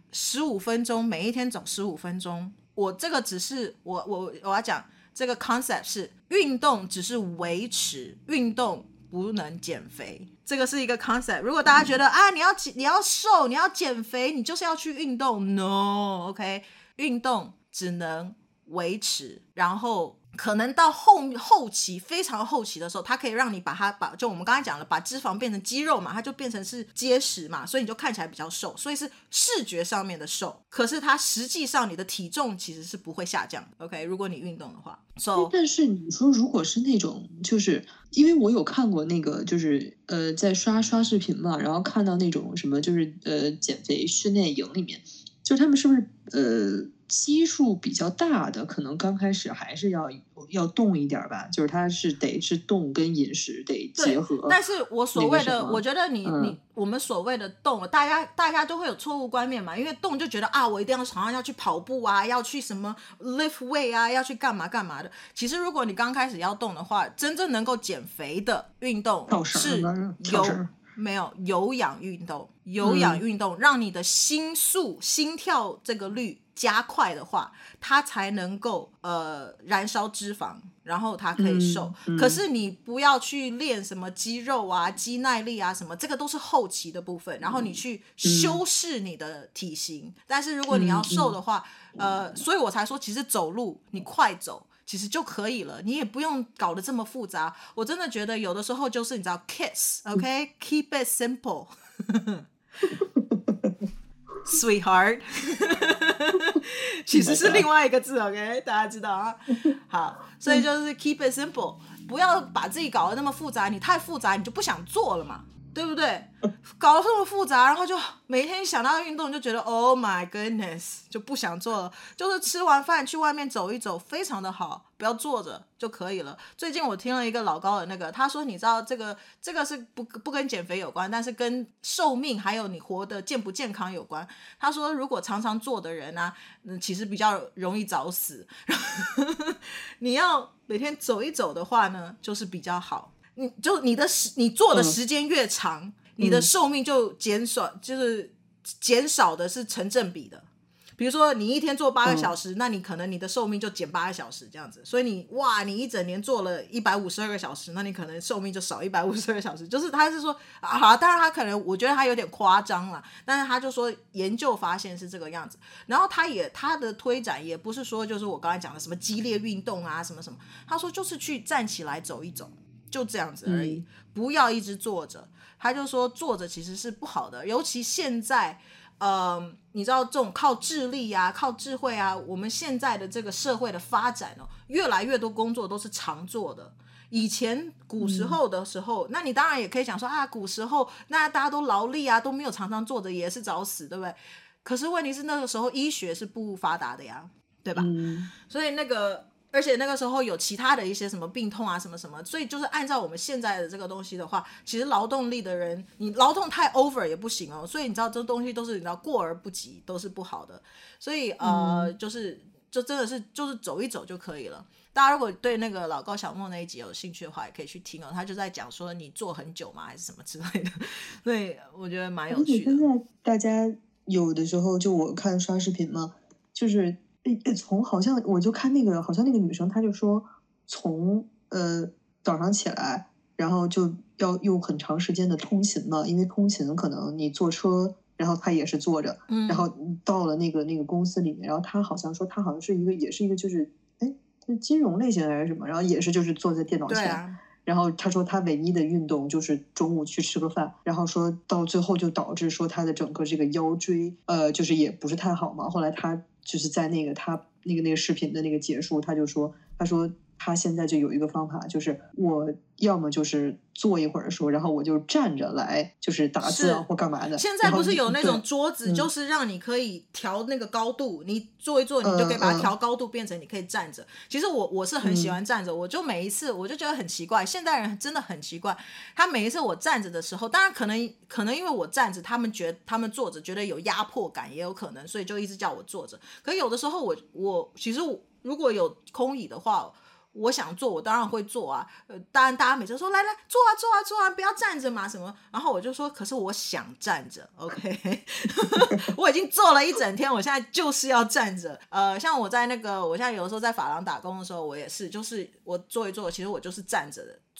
15分钟，每一天走15分钟。我这个只是我要讲这个 concept 是运动只是维持，运动不能减肥，这个是一个 concept。 如果大家觉得你要瘦，你要减肥，你就是要去运动， No， OK， 运动只能维持，然后可能到后期非常后期的时候，它可以让你就我们刚才讲了，把脂肪变成肌肉嘛，它就变成是结实嘛，所以你就看起来比较瘦，所以是视觉上面的瘦，可是它实际上你的体重其实是不会下降的 OK， 如果你运动的话。 但是你说如果是那种，就是因为我有看过那个，就是在刷视频嘛，然后看到那种什么就是减肥训练营里面，就是他们是不是基数比较大的，可能刚开始还是要动一点吧，就是它是得是动跟饮食得结合。 但是我所谓的，我觉得我们所谓的动，大家都会有错误观念嘛，因为动就觉得啊，我一定要好像要去跑步啊，要去什么 lift weight 啊，要去干嘛干嘛的。其实如果你刚开始要动的话，真正能够减肥的运动是有氧运动，让你的心跳这个率加快的话，它才能够燃烧脂肪，然后它可以瘦。可是你不要去练什么肌肉啊、肌耐力啊什么，这个都是后期的部分，然后你去修饰你的体型。但是如果你要瘦的话，所以我才说，其实走路你快走其实就可以了，你也不用搞得这么复杂。我真的觉得有的时候就是你知道 KISS Keep it simple Sweetheart 其实是另外一个字OK 大家知道啊。好，所以就是 Keep it simple， 不要把自己搞得那么复杂，你太复杂你就不想做了嘛，对不对？搞得这么复杂，然后就每天想到运动就觉得 Oh my goodness 就不想做了。就是吃完饭去外面走一走非常的好，不要坐着就可以了。最近我听了一个老高的那个，他说你知道这个是不跟减肥有关，但是跟寿命还有你活得健不健康有关。他说如果常常坐的人啊，其实比较容易早死你要每天走一走的话呢就是比较好，你做的时间越长，你的寿命就减少，就是减少的是成正比的。比如说你一天做8个小时，那你可能你的寿命就减8个小时这样子。所以你一整年做了152个小时，那你可能寿命就少152个小时。就是他是说好，当然他可能我觉得他有点夸张了，但是他就说研究发现是这个样子。然后他的推展也不是说就是我刚才讲的什么激烈运动啊什么什么，他说就是去站起来走一走，就这样子而已，不要一直坐着。他就说坐着其实是不好的，尤其现在你知道这种靠智力啊靠智慧啊，我们现在的这个社会的发展越来越多工作都是常做的。以前古时候的时候，那你当然也可以讲说啊，古时候那大家都劳力啊，都没有常常坐着也是早死，对不对？可是问题是那个时候医学是不发达的呀，对吧？所以而且那个时候有其他的一些什么病痛啊什么什么，所以就是按照我们现在的这个东西的话，其实劳动力的人你劳动太 over 也不行所以你知道这东西都是你知道过而不及，都是不好的。所以就真的是就是走一走就可以了。大家如果对那个老高小莫那一集有兴趣的话也可以去听他就在讲说你坐很久嘛还是什么之类的，所以我觉得蛮有趣的。 现在大家有的时候就我看刷视频嘛，就是从好像我就看好像那个女生她就说从早上起来然后就要用很长时间的通勤嘛，因为通勤可能你坐车然后她也是坐着，然后到了那个公司里面，然后她好像说她好像也是一个就是金融类型的还是什么，然后也是就是坐在电脑前然后他说他唯一的运动就是中午去吃个饭，然后说到最后就导致说他的整个这个腰椎就是也不是太好嘛。后来他就是在他那个视频的那个结束，他说他现在就有一个方法，就是我要么就是坐一会儿的时候，然后我就站着来就是打字或干嘛的。 现在不是有那种桌子就是让你可以调那个高度，你坐一坐你就可以把它调高度变成你可以站着。其实我是很喜欢站着，我就每一次我就觉得很奇怪，现代人真的很奇怪，他每一次我站着的时候，当然可能因为我站着，他们坐着觉得有压迫感也有可能，所以就一直叫我坐着。可是有的时候我其实如果有空椅的话，我想坐我当然会坐啊，当然大家每次说来坐啊不要站着嘛什么，然后我就说可是我想站着 OK 我已经坐了一整天，我现在就是要站着。像我在我现在有的时候在发廊打工的时候，我也是就是我坐一坐，其实我就是站着的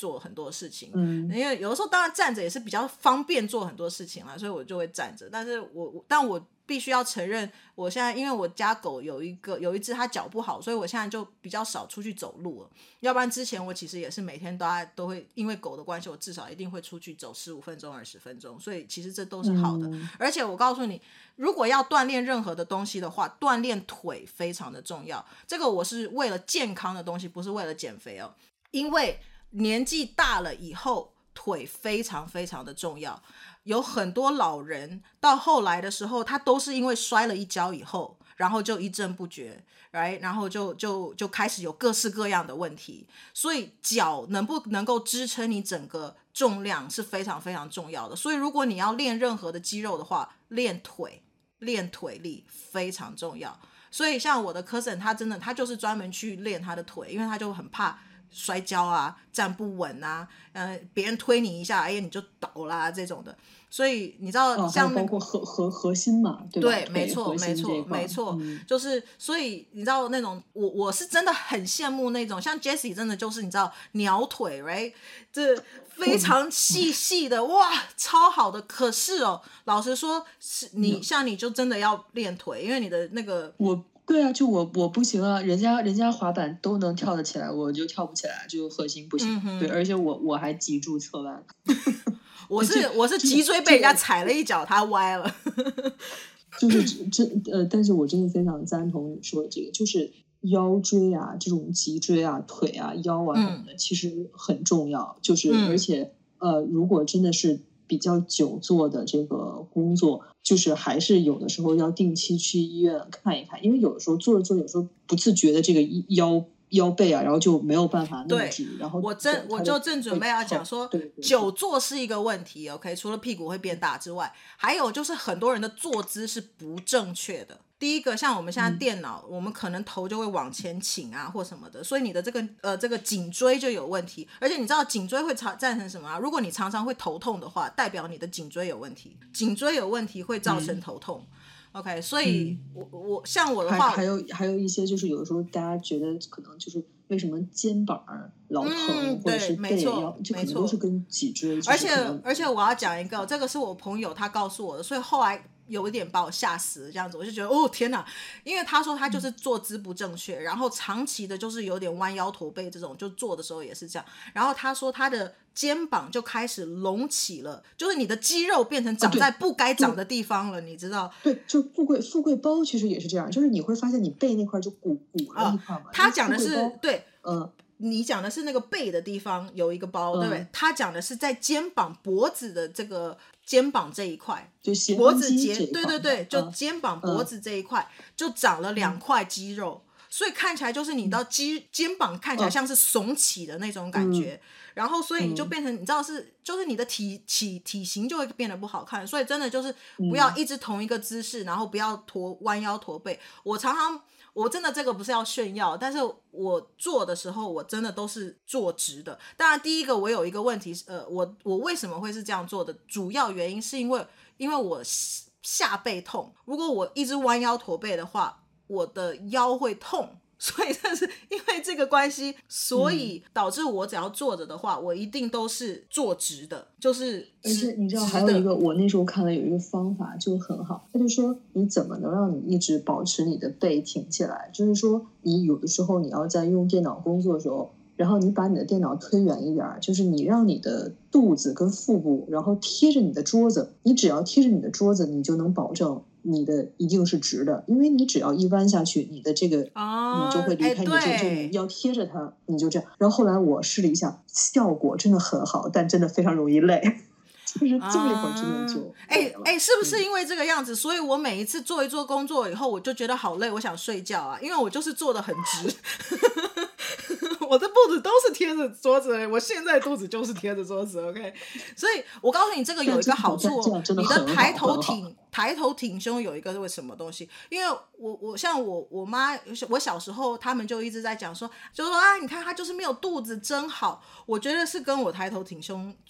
做很多事情，因为有的时候当然站着也是比较方便做很多事情啦，所以我就会站着。但我必须要承认，我现在因为我家狗有一只它脚不好，所以我现在就比较少出去走路了。要不然之前我其实也是每天都会因为狗的关系，我至少一定会出去走15分钟20分钟，所以其实这都是好的。而且我告诉你，如果要锻炼任何的东西的话，锻炼腿非常的重要。这个我是为了健康的东西，不是为了减肥哦。因为年纪大了以后，腿非常非常的重要。有很多老人到后来的时候，他都是因为摔了一跤以后，然后就一蹶不振， right? 然后就开始有各式各样的问题。所以脚能不能够支撑你整个重量是非常非常重要的。所以如果你要练任何的肌肉的话，练腿力非常重要。所以像我的 cousin 他就是专门去练他的腿，因为他就很怕摔跤啊，站不稳啊，别人推你一下，哎呀你就倒啦这种的。所以你知道像包括核心嘛，对吧？ 对，没错，就是所以你知道那种我是真的很羡慕那种像 Jessie 真的就是你知道鸟腿 right， 这非常细的哇，超好的。可是老实说是像你就真的要练腿，因为你的那个对啊，就我不行啊，人家滑板都能跳得起来，我就跳不起来，就核心不行。对，而且我还脊柱侧弯。 我是脊椎被人家踩了一脚，它歪了。 就是但是我真的非常赞同你说的这个，就是腰椎啊，这种脊椎啊、腿啊、腰啊什么的，其实很重要。就是而且如果真的是比较久坐的这个工作，就是还是有的时候要定期去医院看一看，因为有的时候坐着坐着，有时候不自觉的这个腰背啊，然后就没有办法那么直。然后我就正准备要讲说，久坐是一个问题 ，OK， 除了屁股会变大之外，还有就是很多人的坐姿是不正确的。第一个，像我们现在电脑，我们可能头就会往前倾啊，或什么的，所以你的这个颈椎就有问题。而且你知道颈椎会造成什么啊？如果你常常会头痛的话，代表你的颈椎有问题，颈椎有问题会造成头痛。OK， 所以我像我的话， 还有一些就是有的时候大家觉得可能就是为什么肩膀老疼，或者是背腰，就可能都是跟脊椎。 而且我要讲一个，这个是我朋友他告诉我的，所以后来有一点把我吓死了，这样子我就觉得哦天哪，因为他说他就是坐姿不正确，然后长期的就是有点弯腰驼背这种，就坐的时候也是这样。然后他说他的肩膀就开始隆起了，就是你的肌肉变成长在不该长的地方了，你知道？ 对，就富贵包其实也是这样，就是你会发现你背那块就鼓了一块嘛。 他讲的是对，你讲的是那个背的地方有一个包，对不对？他讲的是在肩膀脖子的这个肩膀这一块， 就脖子对，就肩膀脖子这一块就长了2块肌肉，所以看起来就是你到肩膀看起来像是耸起的那种感觉。然后所以你就变成你知道就是你的体型就会变得不好看，所以真的就是不要一直同一个姿势，然后不要弯腰驼背。我真的这个不是要炫耀，但是我做的时候我真的都是坐直的。当然第一个我有一个问题我为什么会是这样做的主要原因是因为我下背痛，如果我一直弯腰驼背的话，我的腰会痛，所以这是因为这个关系，所以导致我只要坐着的话，我一定都是坐直的，就是而且你知道还有一个，我那时候看了有一个方法就很好，他就说你怎么能让你一直保持你的背挺起来，就是说你有的时候你要在用电脑工作的时候，然后你把你的电脑推远一点，就是你让你的肚子跟腹部然后贴着你的桌子，你只要贴着你的桌子，你就能保证你的一定是直的，因为你只要一弯下去，你的这个你就会离开你就你要贴着它，你就这样。然后后来我试了一下，效果真的很好，但真的非常容易累，就是坐一会儿之内就是不是因为这个样子，所以我每一次做一做工作以后，我就觉得好累，我想睡觉啊，因为我就是坐得很直。我的肚子都是贴着桌子，我现在肚子就是贴着桌子 OK， 所以我告诉你这个有一个好处你的抬头挺胸有一个为什么东西，因为我像我妈，我小时候他们就一直在讲说，就说啊你看她就是没有肚子真好，我觉得是跟我抬头挺胸做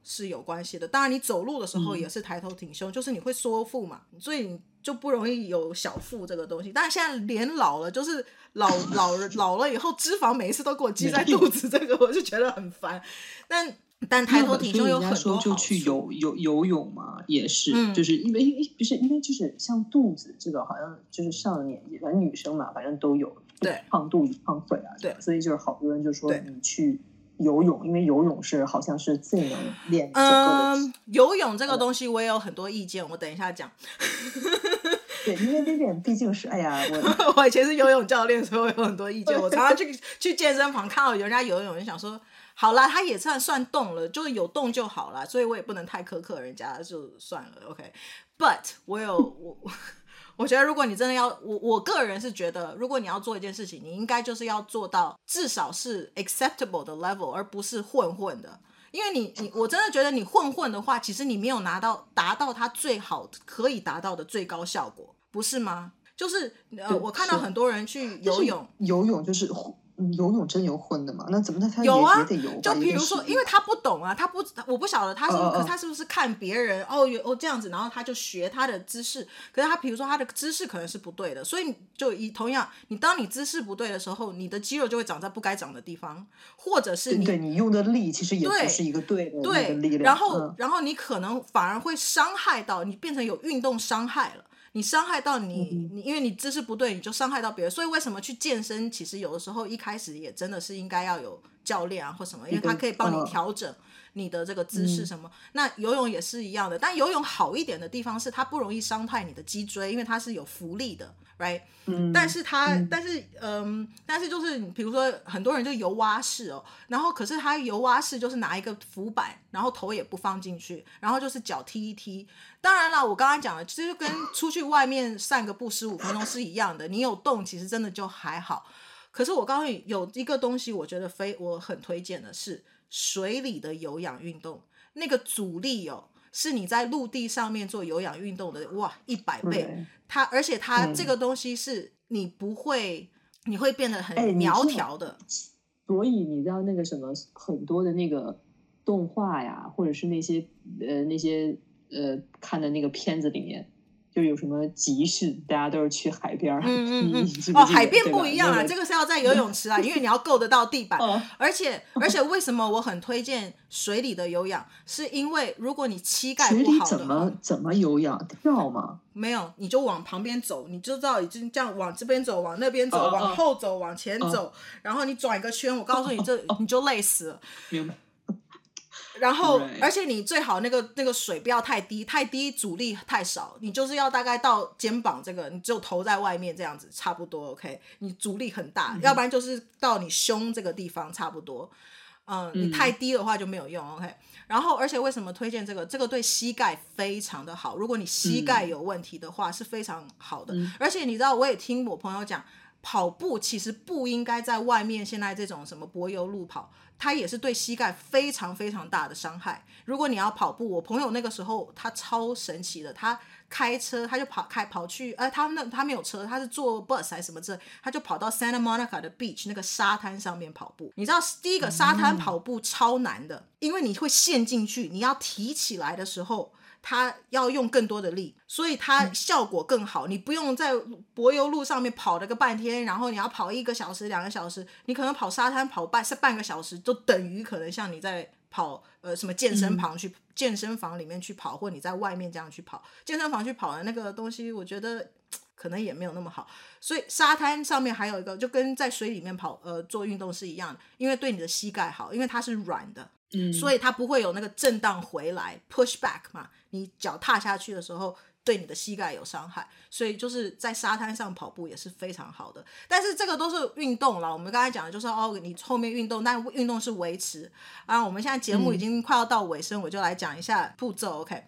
是有关系的。当然你走路的时候也是抬头挺胸，就是你会缩腹嘛，所以你就不容易有小腹这个东西。但是现在脸老了，就是老了以后脂肪每一次都给我积在肚子，这个我就觉得很烦。但抬头挺胸有很多好处。 所以人家说就去游泳嘛，也是，就是因为就是像肚子这个好像就是上了年纪，反正女生嘛，反正都有， 对， 胖肚子胖腿啊， 对， 所以就是好多人就说你去游泳，因为游泳是好像是最能练整个的。 游泳这个东西我也有很多意见，我等一下讲。 对，因为Vivian毕竟是我以前是游泳教练，所以我有很多意见。我常常去健身房看到人家游泳，就想说好啦，他也算动了，就是有动就好啦，所以我也不能太苛刻人家，就算了 OK。But 我觉得如果你真的要我个人是觉得，如果你要做一件事情，你应该就是要做到至少是 acceptable 的 level， 而不是混的。因为我真的觉得你混的话，其实你没有达到它最好可以达到的最高效果，不是吗？就是我看到很多人去游泳， 游泳就是游泳真有混的吗？那怎么他有啊？ 也得游吧？ 就比如说，因为他不懂啊，我不晓得他是不是看别人这样子，然后他就学他的姿势。可是他比如说他的姿势可能是不对的，所以就同样，当你姿势不对的时候，你的肌肉就会长在不该长的地方，或者是你用的力其实也不是一个对的那个力量。然后你可能反而会伤害到你，变成有运动伤害了。你伤害到你因为你姿势不对，你就伤害到别人。所以为什么去健身，其实有的时候一开始也真的是应该要有教练啊或什么，因为他可以帮你调整你的这个姿势什么。那游泳也是一样的，但游泳好一点的地方是它不容易伤害你的脊椎，因为它是有浮力的 right。但是就是比如说很多人就游蛙式然后可是他游蛙式就是拿一个浮板，然后头也不放进去，然后就是脚踢一踢。当然啦，我刚刚讲的其实跟出去外面散个步15分钟是一样的，你有动其实真的就还好。可是我告诉你，有一个东西我觉得我很推荐的是水里的有氧运动，那个阻力是你在陆地上面做有氧运动的100倍。而且它这个东西是你会变得很苗条的。 所以你知道那个什么很多的那个动画呀，或者是那些看的那个片子里面，就有什么集市，大家都是去海边。 海边不一样啊，这个是要在游泳池啊，因为你要够得到地板。而且为什么我很推荐水里的有氧，是因为如果你膝盖不好的水里怎么有氧？跳吗？ 没有，你就往旁边走，你就知道已经这样往这边走，往那边走，往后走，往前走，然后你转一个圈，我告诉你你就累死了。 明白。 然后而且你最好那个水不要太低，太低阻力太少，你就是要大概到肩膀这个，你只有头在外面这样子差不多 OK。 你阻力很大，要不然就是到你胸这个地方差不多。你太低的话就没有用 OK。 然后而且为什么推荐这个对膝盖非常的好，如果你膝盖有问题的话是非常好的。而且你知道我也听我朋友讲，跑步其实不应该在外面现在这种什么柏油路跑，它也是对膝盖非常非常大的伤害。如果你要跑步，我朋友那个时候他超神奇的，他开车他就跑去他没有车，他是坐 bus 还是什么之类，他就跑到 Santa Monica 的 beach 那个沙滩上面跑步。你知道第一个沙滩跑步超难的，因为你会陷进去，你要提起来的时候它要用更多的力，所以它效果更好。你不用在柏油路上面跑了个半天，然后你要跑1个小时2个小时，你可能跑沙滩跑半个小时，就等于可能像你在跑什么健身房里面去跑，或者你在外面这样去跑健身房去跑的那个东西，我觉得可能也没有那么好。所以沙滩上面还有一个就跟在水里面做运动是一样的，因为对你的膝盖好，因为它是软的，所以它不会有那个震荡回来 push back 嘛，你脚踏下去的时候对你的膝盖有伤害，所以就是在沙滩上跑步也是非常好的。但是这个都是运动啦，我们刚才讲的就是你后面运动，但运动是维持我们现在节目已经快要到尾声，我就来讲一下步骤 OK。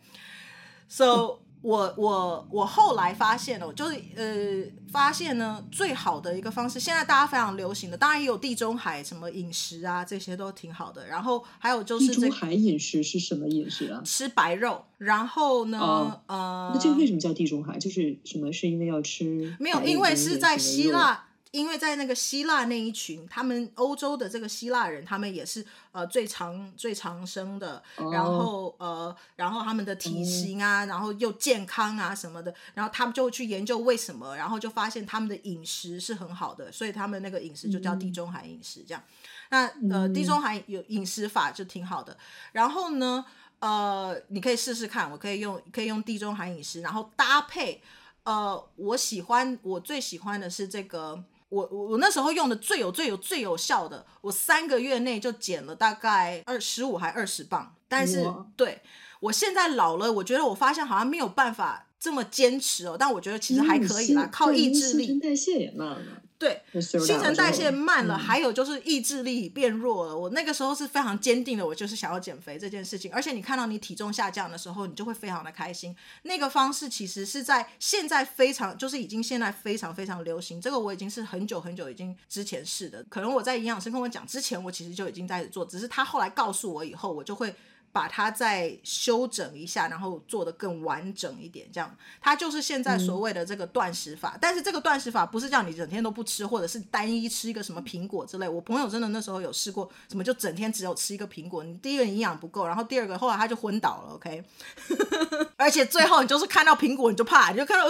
So我后来发现了，就是发现呢，最好的一个方式，现在大家非常流行的，当然也有地中海什么饮食啊，这些都挺好的。然后还有就是地中海饮食是什么饮食啊？ 吃白肉。然后呢那这个为什么叫地中海？就是什么？是因为要吃？ 没有，因为是在希腊， 因为在那个希腊那一群，他们欧洲的这个希腊人，他们也是最长生的，然后他们的体型啊，然后又健康啊什么的，然后他们就去研究为什么，然后就发现他们的饮食是很好的，所以他们那个饮食就叫地中海饮食这样。那地中海有饮食法就挺好的，然后呢你可以试试看，我可以用地中海饮食，然后搭配我最喜欢的是这个，我那时候用的最有效的，我3个月内就减了大概15还20磅，但是对我现在老了，我觉得我发现好像没有办法这么坚持但我觉得其实还可以啦，靠意志力。 新陈代谢也慢了。 对，新陈代谢慢了，还有就是意志力变弱了。我那个时候是非常坚定的，我就是想要减肥这件事情。而且你看到你体重下降的时候，你就会非常的开心。那个方式其实是在现在现在非常非常流行。这个我已经是很久已经之前试的，可能我在营养师跟我讲之前，我其实就已经在做，只是他后来告诉我以后，我就会把它再修整一下，然后做得更完整一点，这样它就是现在所谓的这个断食法。但是这个断食法不是叫你整天都不吃，或者是单一吃一个什么苹果之类。我朋友真的那时候有试过，什么就整天只有吃一个苹果，你第一个营养不够，然后第二个后来他就昏倒了 OK 而且最后你就是看到苹果你就怕，你就看到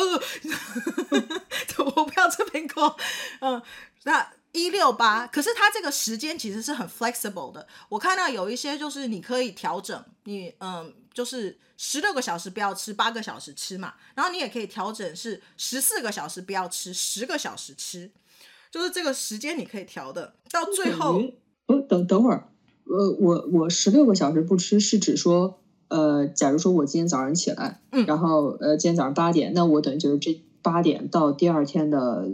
我不要吃苹果那168，可是它这个时间其实是很 flexible 的。我看到有一些就是你可以调整，你就是16个小时不要吃，8个小时吃嘛，然后你也可以调整是14个小时不要吃，10个小时吃，就是这个时间你可以调的。到最后等会儿，我16个小时不吃是指说假如说我今天早上起来，然后今天早上8点，那我等于就是这8点到第二天的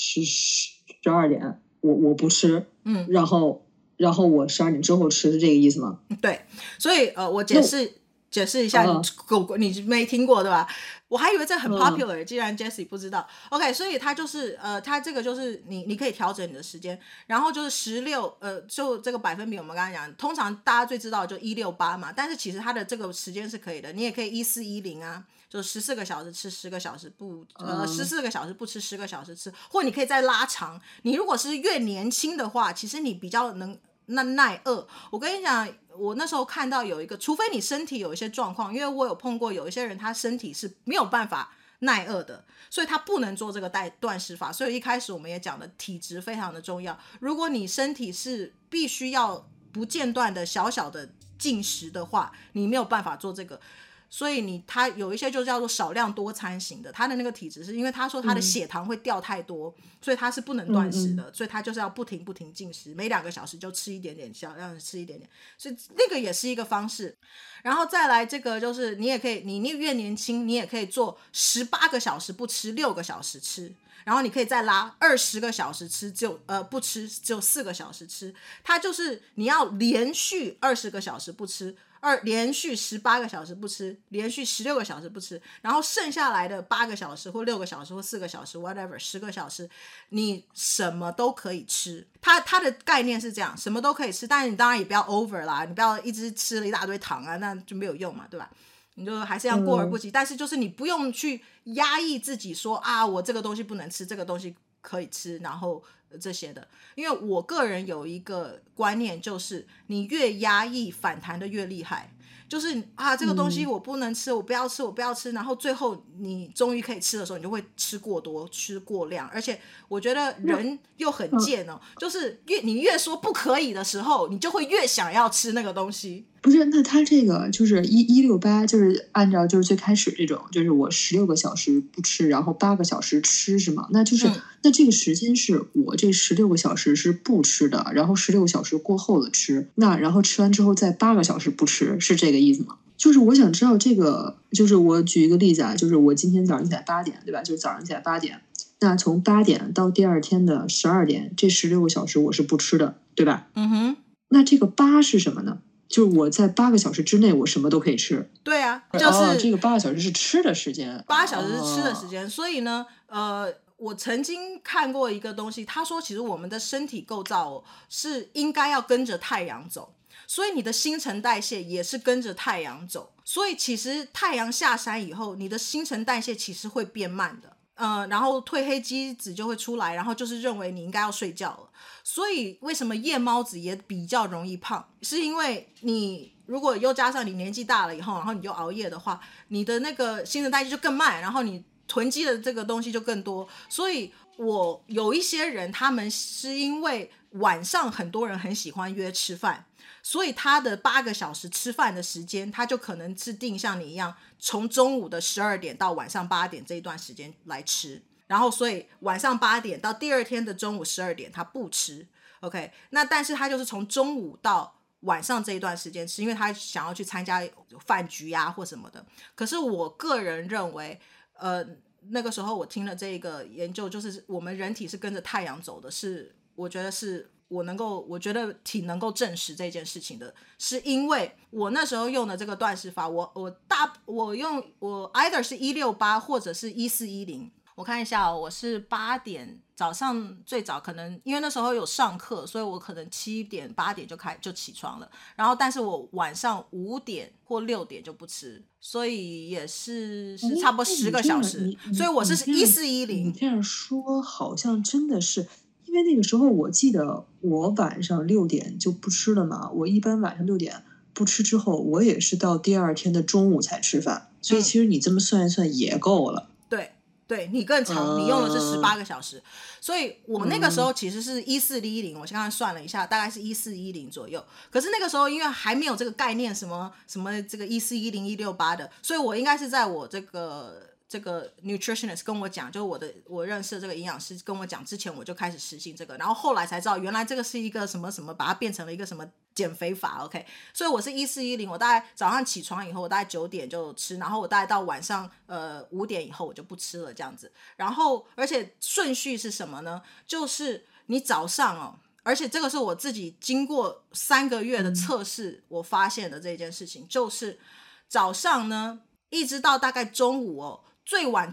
12点。我不吃，然后我12点之后吃，是这个意思吗？ 对，所以我解释一下，你没听过对吧？我还以为这很 popular，既然 Jessie 不知道 OK， 所以它就是它这个就是你可以调整你的时间，然后就是16就这个百分比我们刚才讲，通常大家最知道就168嘛，但是其实它的这个时间是可以的，你也可以1410啊，就14个小时吃10个小时不14个小时不吃10个小时吃，或你可以再拉长。你如果是越年轻的话，其实你比较能耐饿。我跟你讲，我那时候看到有一个，除非你身体有一些状况，因为我有碰过有一些人他身体是没有办法耐饿的，所以他不能做这个断食法。所以一开始我们也讲的体质非常的重要，如果你身体是必须要不间断的小小的进食的话，你没有办法做这个。所以他有一些就叫做少量多餐型的，他的那个体质是因为他说他的血糖会掉太多，所以他是不能断食的，所以他就是要不停进食，每2个小时就吃一点点，小量吃一点点，所以那个也是一个方式。然后再来这个就是你也可以，你越年轻你也可以做18个小时不吃，6个小时吃，然后你可以再拉20个小时吃，不吃只有4个小时吃，它就是你要连续20个小时不吃，连续18个小时不吃，连续16个小时不吃，然后剩下来的8个小时或6个小时或4个小时 whatever 10个小时你什么都可以吃。它的概念是这样，什么都可以吃，但是你当然也不要 over 啦，你不要一直吃了一大堆糖啊，那就没有用嘛，对吧？你就还是要过而不及，但是就是你不用去压抑自己说我这个东西不能吃，这个东西可以吃，然后这些的。因为我个人有一个观念，就是你越压抑反弹的越厉害，就是这个东西我不能吃，我不要吃，然后最后你终于可以吃的时候，你就会吃过多吃过量。而且我觉得人又很贱就是你越说不可以的时候，你就会越想要吃那个东西。 不是，那他这个就是168，就是按照就是最开始这种，就是我16个小时不吃，然后8个小时吃，是吗？那就是那这个时间是我这16个小时是不吃的，然后16个小时过后的吃，那然后吃完之后再8个小时不吃，是这个意思吗？就是我想知道这个，就是我举一个例子啊，就是我今天早上起来8点，对吧？就是早上起来8点，那从8点到第二天的12点，这16个小时我是不吃的，对吧？那这个8是什么呢？就是我在8个小时之内，我什么都可以吃。 对啊，就是这个8个小时是吃的时间 ，8小时是吃的时间。所以呢，我曾经看过一个东西，他说其实我们的身体构造是应该要跟着太阳走，所以你的新陈代谢也是跟着太阳走。所以其实太阳下山以后，你的新陈代谢其实会变慢的。 然后褪黑激质就会出来，然后就是认为你应该要睡觉了。所以为什么夜猫子也比较容易胖，是因为你如果又加上你年纪大了以后，然后你就熬夜的话，你的那个新陈代谢就更慢，然后你囤积的这个东西就更多。所以我有一些人，他们是因为晚上很多人很喜欢约吃饭，所以他的8个小时吃饭的时间，他就可能是定像你一样，从中午的12点到晚上8点这一段时间来吃，然后所以晚上8点到第二天的中午12点他不吃 OK。 那但是他就是从中午到晚上这一段时间吃，因为他想要去参加饭局啊或什么的。可是我个人认为那个时候我听了这个研究，就是我们人体是跟着太阳走的，是我觉得是我觉得挺能够证实这件事情的，是因为我那时候用的这个断食法，我用我 either 是168或者是1410。我看一下我是8点早上最早，可能因为那时候有上课，所以我可能7点8点就起床了，然后但是我晚上5点或6点就不吃，所以也是差不多10个小时，所以我是1410。 你这样说好像真的是，因为那个时候我记得我晚上6点就不吃了嘛，我一般晚上6点不吃之后，我也是到第二天的中午才吃饭，所以其实你这么算一算也够了。 对，你更长，你用的是18个小时，所以我那个时候其实是1410，我刚刚算了一下，大概是1410左右。可是那个时候因为还没有这个概念，什么这个1410、168的，所以我应该是在我这个 nutritionist 跟我讲，就是我认识的这个营养师跟我讲之前，我就开始实行这个，然后后来才知道原来这个是一个什么什么，把它变成了一个什么减肥法 OK。 所以我是1410，我大概早上起床以后，我大概9点就吃，然后我大概到晚上5点以后我就不吃了这样子。然后而且顺序是什么呢？就是你早上而且这个是我自己经过3个月的测试我发现的这件事情，就是早上呢一直到大概中午最晚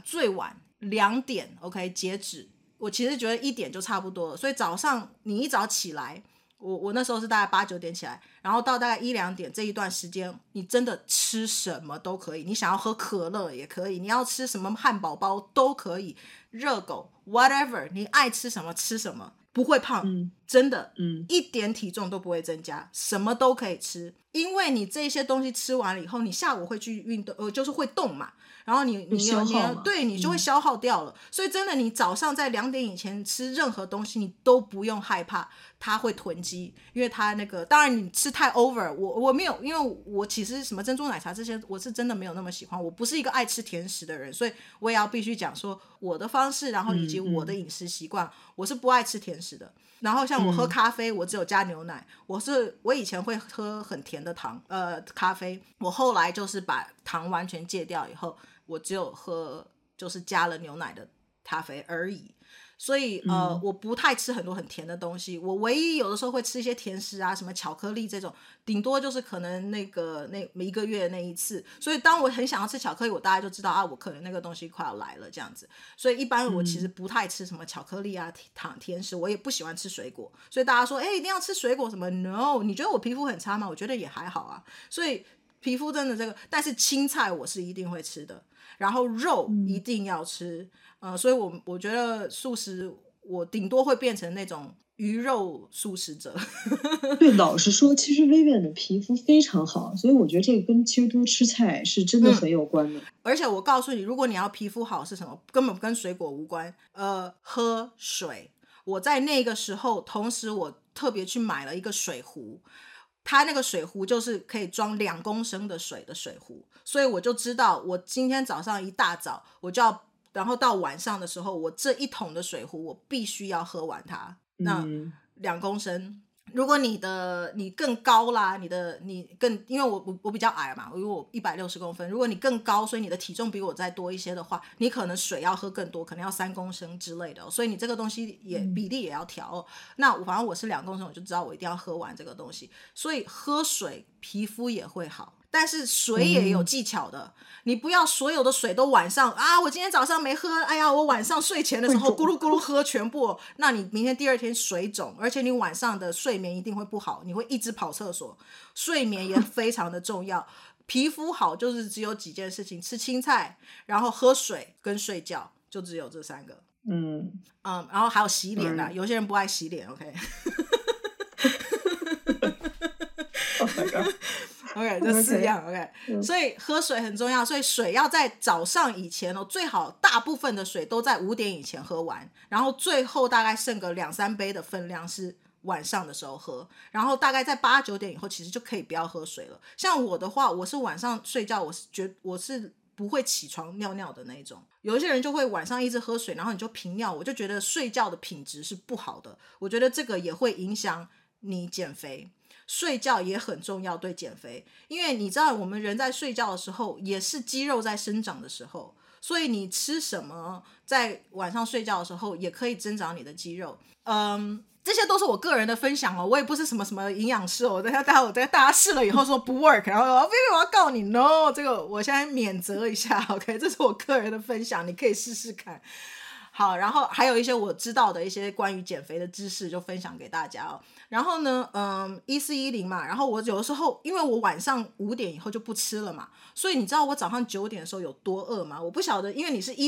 2点 OK 截止。我其实觉得1点就差不多了，所以早上你一早起来，我那时候是大概8、9点起来，然后到大概1、2点这一段时间，你真的吃什么都可以，你想要喝可乐也可以，你要吃什么汉堡包都可以，热狗 whatever， 你爱吃什么吃什么，不会胖，真的，一点体重都不会增加，什么都可以吃，因为你这些东西吃完了以后，你下午会去运动，就是会动嘛，然后你对你就会消耗掉了，所以真的你早上在2点以前吃任何东西，你都不用害怕它会囤积，因为它那个当然你吃太 over， 我没有，因为我其实什么珍珠奶茶这些我是真的没有那么喜欢，我不是一个爱吃甜食的人，所以我也要必须讲说我的方式，然后以及我的饮食习惯，我是不爱吃甜食的。然后像我喝咖啡，我只有加牛奶，我以前会喝很甜的咖啡，我后来就是把糖完全戒掉以后，我只有喝就是加了牛奶的咖啡而已。所以我不太吃很多很甜的东西，我唯一有的时候会吃一些甜食啊，什么巧克力这种，顶多就是可能那1个月那一次，所以当我很想要吃巧克力，我大概就知道我可能那个东西快要来了这样子。所以一般我其实不太吃什么巧克力啊甜食，我也不喜欢吃水果，所以大家说一定要吃水果什么 No， 你觉得我皮肤很差吗？我觉得也还好啊。所以皮肤真的这个，但是青菜我是一定会吃的，然后肉一定要吃，所以我觉得素食我顶多会变成那种鱼肉素食者。 对，老实说，其实薇薇的皮肤非常好，所以我觉得这个跟其实多吃菜是真的很有关的。 而且我告诉你，如果你要皮肤好是什么，根本跟水果无关，喝水。我在那个时候，同时我特别去买了一个水壶，它那个水壶就是可以装2公升的水的水壶，所以我就知道我今天早上一大早我就要，然后到晚上的时候我这1桶的水壶我必须要喝完它。那2公升，如果你更高啦，你更，因为我比较矮嘛，因为我160公分，如果你更高，所以你的体重比我再多一些的话，你可能水要喝更多，可能要3公升之类的，所以你这个东西比例也要调。那反正我是2公升，我就知道我一定要喝完这个东西，所以喝水皮肤也会好。但是水也有技巧的，你不要所有的水都晚上我今天早上没喝，哎呀我晚上睡前的时候咕噜咕噜喝全部，那你明天第二天水肿，而且你晚上的睡眠一定会不好，你会一直跑厕所，睡眠也非常的重要。皮肤好就是只有几件事情，吃青菜，然后喝水跟睡觉， 就只有这3个。 然后还有洗脸啦，有些人不爱洗脸 OK Oh my god OK 这4样 OK、所以喝水很重要，所以水要在早上以前最好大部分的水都在5点以前喝完，然后最后大概剩个2-3杯的分量是晚上的时候喝，然后大概在8、9点以后其实就可以不要喝水了。像我的话，我是晚上睡觉我是不会起床尿尿的那一种，有一些人就会晚上一直喝水，然后你就频尿，我就觉得睡觉的品质是不好的，我觉得这个也会影响你减肥。睡觉也很重要对减肥，因为你知道我们人在睡觉的时候也是肌肉在生长的时候，所以你吃什么在晚上睡觉的时候也可以增长你的肌肉。这些都是我个人的分享我也不是什么什么营养师我等下大家试了以后说不 work 然后我要告你 no， 这个我现在免责一下 OK， 这是我个人的分享，你可以试试看。好，然后还有一些我知道的一些关于减肥的知识就分享给大家然后呢1410嘛，然后我有的时候因为我晚上5点以后就不吃了嘛，所以你知道我早上9点的时候有多饿吗？我不晓得，因为你是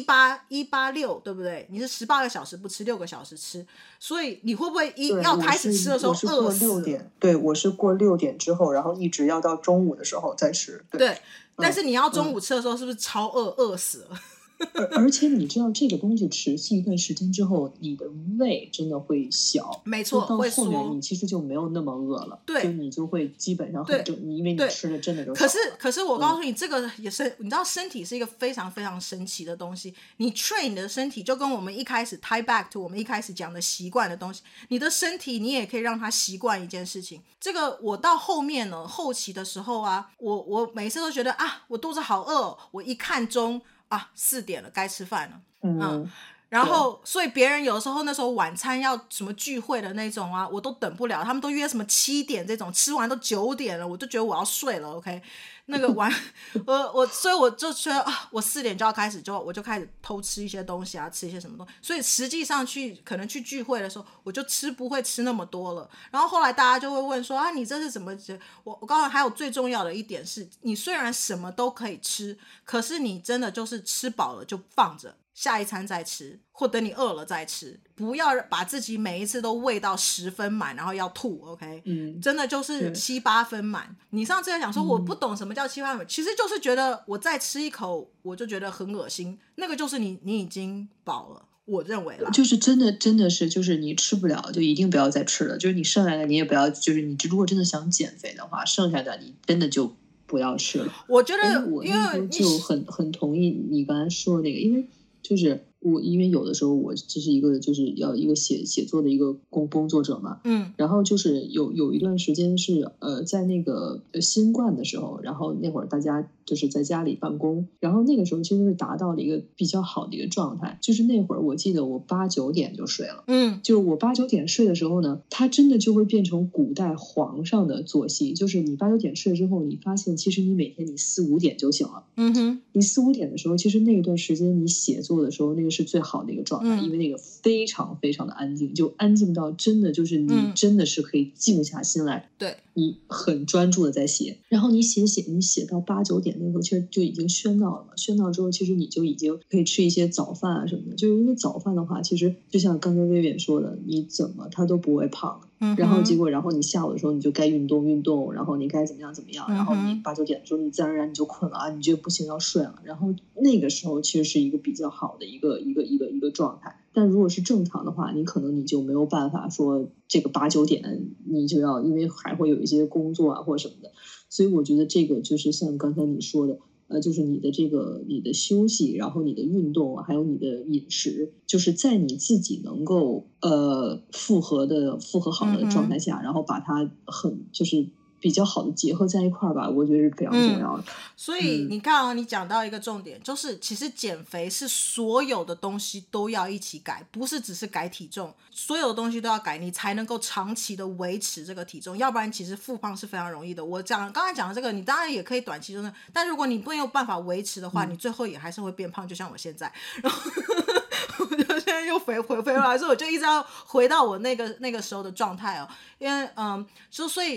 186对不对？你是18个小时不吃6个小时吃，所以你会不会要开始吃的时候饿死？ 我是过6点，对，我是过6点之后，然后一直要到中午的时候再吃。 对，但是你要中午吃的时候是不是超饿死了？ 而且你知道这个东西持续一段时间之后，你的胃真的会小， 没错， 到后面你其实就没有那么饿了， 对， 就你就会基本上很正，因为你吃的真的就少了。 可是我告诉你，这个也是你知道，身体是一个非常非常神奇的东西。你 train 你的身体，就跟我们一开始 tie back to 我们一开始讲的习惯的东西，你的身体你也可以让它习惯一件事情。这个我到后面呢，后期的时候我每次都觉得我肚子好饿我一看钟4点了，该吃饭了。然后所以别人有的时候那时候晚餐要什么聚会的那种我都等不了，他们都约什么7点这种，吃完都9点了，我就觉得我要睡了 OK， 那个所以我就觉得我4点就要开始，我就开始偷吃一些东西吃一些什么东西，所以实际上可能去聚会的时候我就不会吃那么多了。然后后来大家就会问说你这是怎么我告诉你，还有最重要的一点是，你虽然什么都可以吃，可是你真的就是吃饱了就放着，下一餐再吃，或等你饿了再吃，不要把自己每一次都喂到10分满然后要吐 OK，真的就是7、8分满。你上次在讲说我不懂什么叫7、8分满，其实就是觉得我再吃一口我就觉得很恶心，那个就是你已经饱了，我认为啦， 就是真的是就是你吃不了就一定不要再吃了，就是你剩下的你也不要，就是你如果真的想减肥的话，剩下的你真的就不要吃了。 我觉得我那时候就很同意你刚才说的那个，因为就是因为有的时候我这是一个就是要一个写作的一个工作者嘛，然后就是有一段时间是在那个新冠的时候，然后那会儿大家就是在家里办公，然后那个时候其实是达到了一个比较好的一个状态，就是那会儿我记得我8、9点就睡了，就是我8、9点睡的时候呢，它真的就会变成古代皇上的作息，就是你8、9点睡之后，你发现其实你每天你4、5点就醒了，你4、5点的时候，其实那一段时间你写作的时候，那个是最好的一个状态，因为那个非常非常的安静，就安静到真的就是你真的是可以静下心来， 对， 你很专注的在写，然后你写到8、9点那时候，其实就已经喧闹了嘛。喧闹之后，其实你就已经可以吃一些早饭什么的。就是因为早饭的话，其实就像刚才薇薇说的，你怎么它都不会胖。然后然后你下午的时候你就该运动，然后你该怎么样，然后你8、9点的时候你自然而然你就困了你觉得不行要睡了，然后那个时候其实是一个比较好的一个状态。但如果是正常的话，你可能你就没有办法说这个8、9点你就要，因为还会有一些工作或者什么的，所以我觉得这个就是像刚才你说的。就是你的休息，然后你的运动，还有你的饮食，就是在你自己能够复合好的状态下，然后把它就是比较好的结合在一块儿吧，我觉得是非常重要的。 所以你看你讲到一个重点，就是其实减肥是所有的东西都要一起改，不是只是改体重，所有的东西都要改，你才能够长期的维持这个体重，要不然其实复胖是非常容易的。我刚才讲的这个，你当然也可以短期中的，但如果你没有办法维持的话，你最后也还是会变胖，就像我现在。然后我就现在又回回来，所以我就一直要回到我那个时候的状态因为所以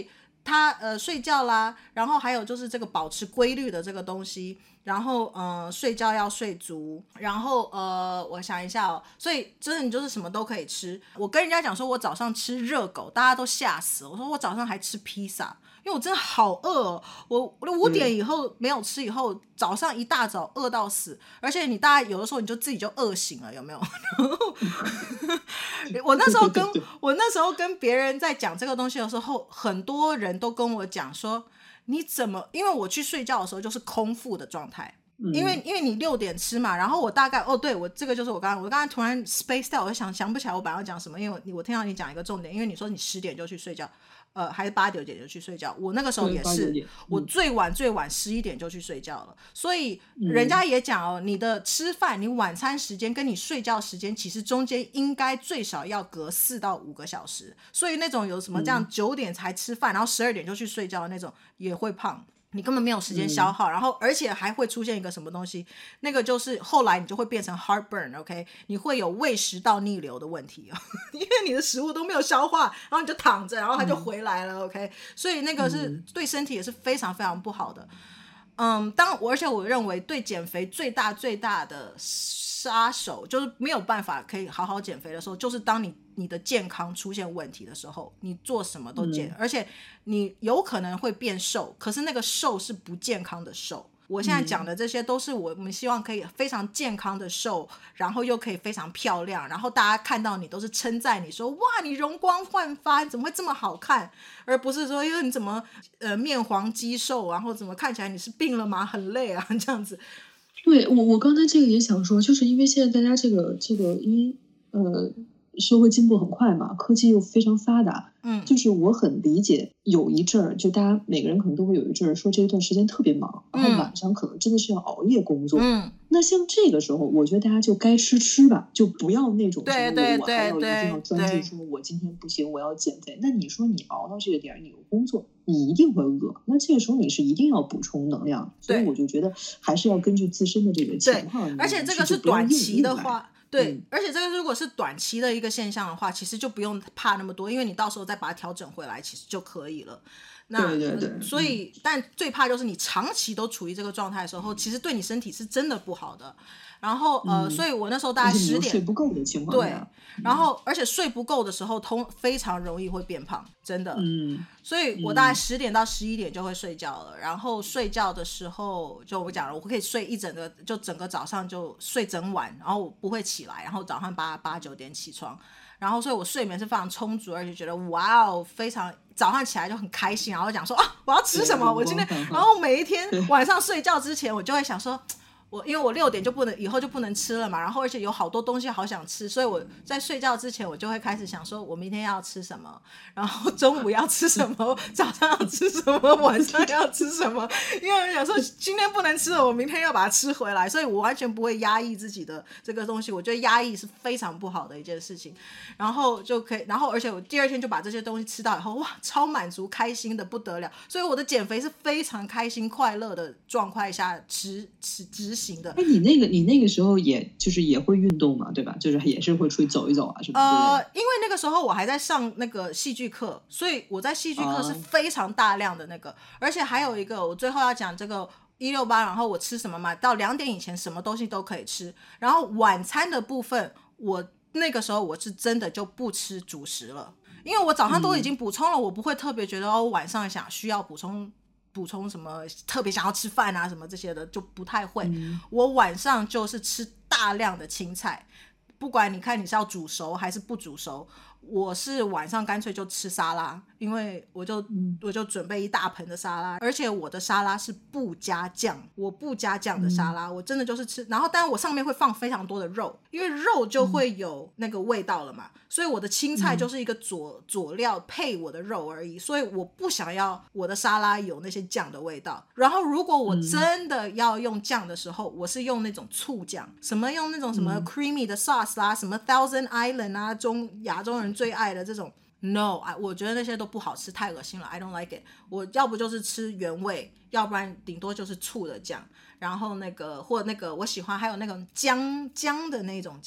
他睡觉啦，然后还有就是这个保持规律的这个东西，然后睡觉要睡足，然后我想一下哦，所以真的你就是什么都可以吃。我跟人家讲说我早上吃热狗，大家都吓死了，我说我早上还吃披萨，因为我真的好饿哦，我5点以后没有吃以后，早上一大早饿到死，而且你大概有的时候你就自己就饿醒了，有没有？然后我那时候跟别人在讲这个东西的时候，很多人都跟我讲说你怎么，因为我去睡觉的时候就是空腹的状态。因为你6点吃嘛，然后我大概对，我这个就是我刚才突然 space 掉，我就想不起来我本来要讲什么，因为我听到你讲一个重点，因为你说你10点就去睡觉，还是8、9点就去睡觉，我那个时候也是，我最晚11点就去睡觉了，所以人家也讲哦，你的吃饭，你晚餐时间跟你睡觉时间，其实中间应该最少要隔4到5个小时，所以那种有什么这样9点才吃饭，然后12点就去睡觉的那种也会胖。你根本没有时间消耗，然后而且还会出现一个什么东西，那个就是后来你就会变成 heartburn OK， 你会有胃食道逆流的问题因为你的食物都没有消化，然后你就躺着，然后它就回来了OK， 所以那个是对身体也是非常非常不好的。而且我认为对减肥最大的杀手，就是没有办法可以好好减肥的时候，就是当你的健康出现问题的时候，你做什么都减，而且你有可能会变瘦，可是那个瘦是不健康的瘦。我现在讲的这些都是我们希望可以非常健康的瘦，然后又可以非常漂亮，然后大家看到你都是称赞你说哇你容光焕发，你怎么会这么好看，而不是说因为你怎么面黄肌瘦，然后怎么看起来你是病了吗，很累啊这样子。 对，我刚才这个也想说，就是因为现在大家这个因为社会进步很快嘛，科技又非常发达，就是我很理解有一阵儿，就大家每个人可能都会有一阵儿说这一段时间特别忙，然后晚上可能真的是要熬夜工作，那像这个时候，我觉得大家就该吃吧，就不要那种说我还要一定要专注说我今天不行我要减肥，那你说你熬到这个点，你有工作，你一定会饿，那这个时候你是一定要补充能量，所以我就觉得还是要根据自身的这个情况， 而且这个是短期的话。对，而且这个如果是短期的一个现象的话，其实就不用怕那么多，因为你到时候再把它调整回来其实就可以了。那对， 所以但最怕就是你长期都处于这个状态的时候，其实对你身体是真的不好的。然后所以我那时候大概10点睡不够的情况下，对，然后而且睡不够的时候非常容易会变胖，真的。所以我大概10点到11点就会睡觉了，然后睡觉的时候就我讲了，我可以睡整个早上就睡整晚，然后我不会起来，然后早上8、9点起床，然后所以我睡眠是非常充足，而且觉得哇哦，非常早上起来就很开心，然后讲说我要吃什么，我今天，然后每一天晚上睡觉之前我就会想说因为我6点以后就不能吃了嘛，然后而且有好多东西好想吃，所以我在睡觉之前我就会开始想说我明天要吃什么，然后中午要吃什么，早上要吃什么，晚上要吃什么，因为我想说今天不能吃了，我明天要把它吃回来，所以我完全不会压抑自己的这个东西，我觉得压抑是非常不好的一件事情，然后而且我第二天就把这些东西吃到以后，哇，超满足开心的不得了，所以我的减肥是非常开心快乐的状态下执行的。 你那个时候也会运动嘛，对吧？就是也是会出去走一走啊什么的。 因为那个时候我还在上那个戏剧课，所以我在戏剧课是非常大量的那个，而且还有一个我最后要讲这个168，然后我吃什么嘛，到2点以前什么东西都可以吃，然后晚餐的部分我那个时候我是真的就不吃主食了，因为我早上都已经补充了，我不会特别觉得晚上需要补充什么特别想要吃饭啊什么这些的就不太会，我晚上就是吃大量的青菜，不管你看你是要煮熟还是不煮熟，我是晚上干脆就吃沙拉，因为我就准备一大盆的沙拉，而且我的沙拉是不加酱，我不加酱的沙拉，我真的就是吃，然后当然我上面会放非常多的肉，因为肉就会有那个味道了嘛，所以我的青菜就是一个佐料配我的肉而已，所以我不想要我的沙拉有那些酱的味道，然后如果我真的要用酱的时候，我是用那种醋酱，用那种什么 creamy 的 sauce 啦，什么 Thousand Island 啊，亚洲人最爱的这种 No， 我觉得那些都不好吃，太恶心了 I don't like it， 我要不就是吃原味，要不然顶多就是醋的酱，然后或那个我喜欢还有那种姜的那种酱，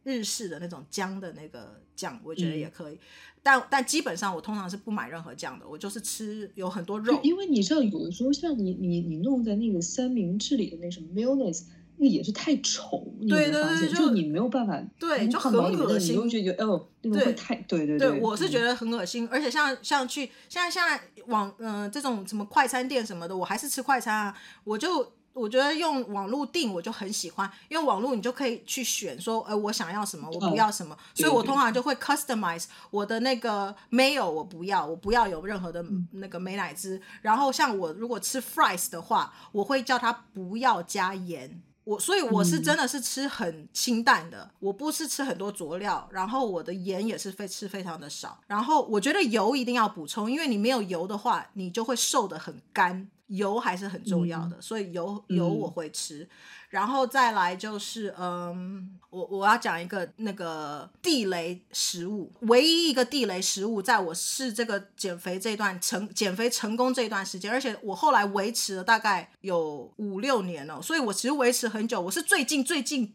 日式的那种姜的那个酱，我觉得也可以。但基本上我通常是不买任何酱的，我就是吃有很多肉。 因为你知道有的时候像你弄在那个三明治里的那什么 mayonnaise， 那个也是太稠，你有没有发现？就你没有办法， 对，就很恶心， 你会觉得那个会太对， 我是觉得很恶心。而且像去像这种什么快餐店什么的，我还是吃快餐啊，我觉得用网络订我就很喜欢，因为网络你就可以去选说我想要什么我不要什么，所以我通常就会 customize 我的那个 mayo， 我不要有任何的那个美乃滋。然后像我如果吃 fries 的话，我会叫他不要加盐，所以我是真的是吃很清淡的，我不是吃很多佐料，然后我的盐也是吃非常的少。然后我觉得油一定要补充，因为你没有油的话你就会瘦得很干，油还是很重要的，所以油我会吃。然后再来就是我要讲一个那个地雷食物，唯一一个地雷食物在我试这个减肥成功这一段时间，而且我后来维持了大概有5-6年了，所以我其实维持很久，我是最近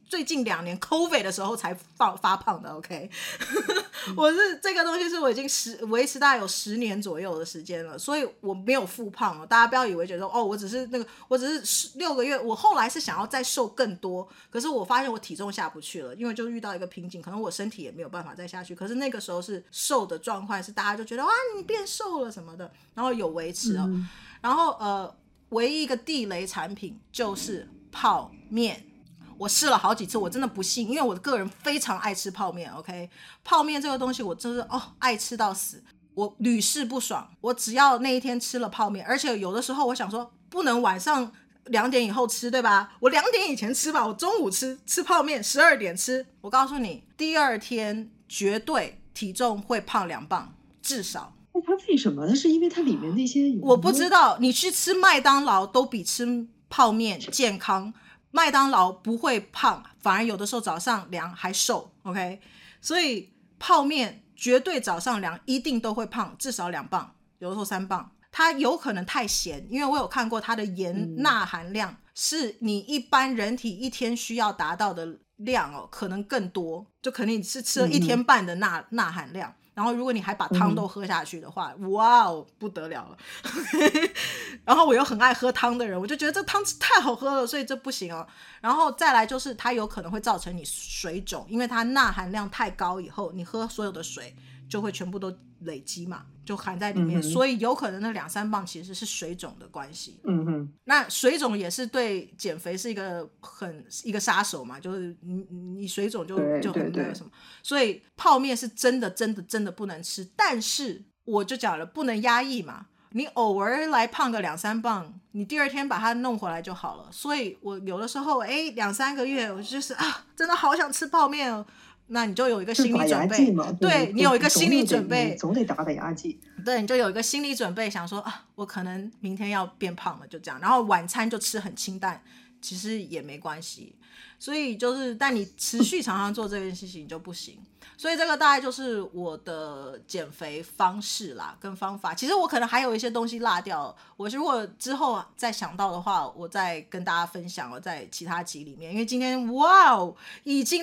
2年 COVID 的时候才发胖的 OK 我是这个东西是我已经维持大概有10年左右的时间了，所以我没有复胖了。大家不要以为觉得我只是6个月，我后来是想要再瘦更多，可是我发现我体重下不去了，因为就遇到一个瓶颈，可能我身体也没有办法再下去。可是那个时候是瘦的状况，是大家就觉得哇你变瘦了什么的，然后有维持然后唯一一个地雷产品就是泡面。我试了好几次，我真的不信，因为我个人非常爱吃泡面 OK， 泡面这个东西我真是爱吃到死，我屡试不爽。我只要那一天吃了泡面，而且有的时候我想说不能晚上2点以后吃对吧，我2点以前吃吧，我中午吃泡面，12点吃，我告诉你第二天绝对体重会胖2磅至少。 那它为什么？那是因为它里面那些我不知道，你去吃麦当劳都比吃泡面健康，麦当劳不会胖，反而有的时候早上量还瘦 OK， 所以泡面绝对早上量一定都会胖至少2磅，有的时候3磅。它有可能太咸，因为我有看过它的盐钠含量是你一般人体一天需要达到的量可能更多，就可能你是吃了1天半的钠含量，然后如果你还把汤都喝下去的话，哇哦不得了了然后我又很爱喝汤的人，我就觉得这汤太好喝了，所以这不行然后再来就是它有可能会造成你水肿，因为它钠含量太高以后，你喝所有的水就会全部都累积嘛，就含在里面所以有可能那2-3磅其实是水肿的关系那水肿也是对减肥是一个杀手嘛，就是你水肿就很那个什么，所以泡面是真的不能吃。但是我就讲了不能压抑嘛，你偶尔来胖个2-3磅，你第二天把它弄回来就好了。所以我有的时候2-3个月我就是真的好想吃泡面那你就有一个心理准备，对，你有一个心理准备， 总得打压剂， 对，你就有一个心理准备，想说我可能明天要变胖了，就这样，然后晚餐就吃很清淡，其实也没关系。所以就是但你持续常常做这件事情就不行。所以这个大概就是我的减肥方式啦跟方法。其实我可能还有一些东西落掉了，我如果之后再想到的话我再跟大家分享在其他集里面，因为今天已经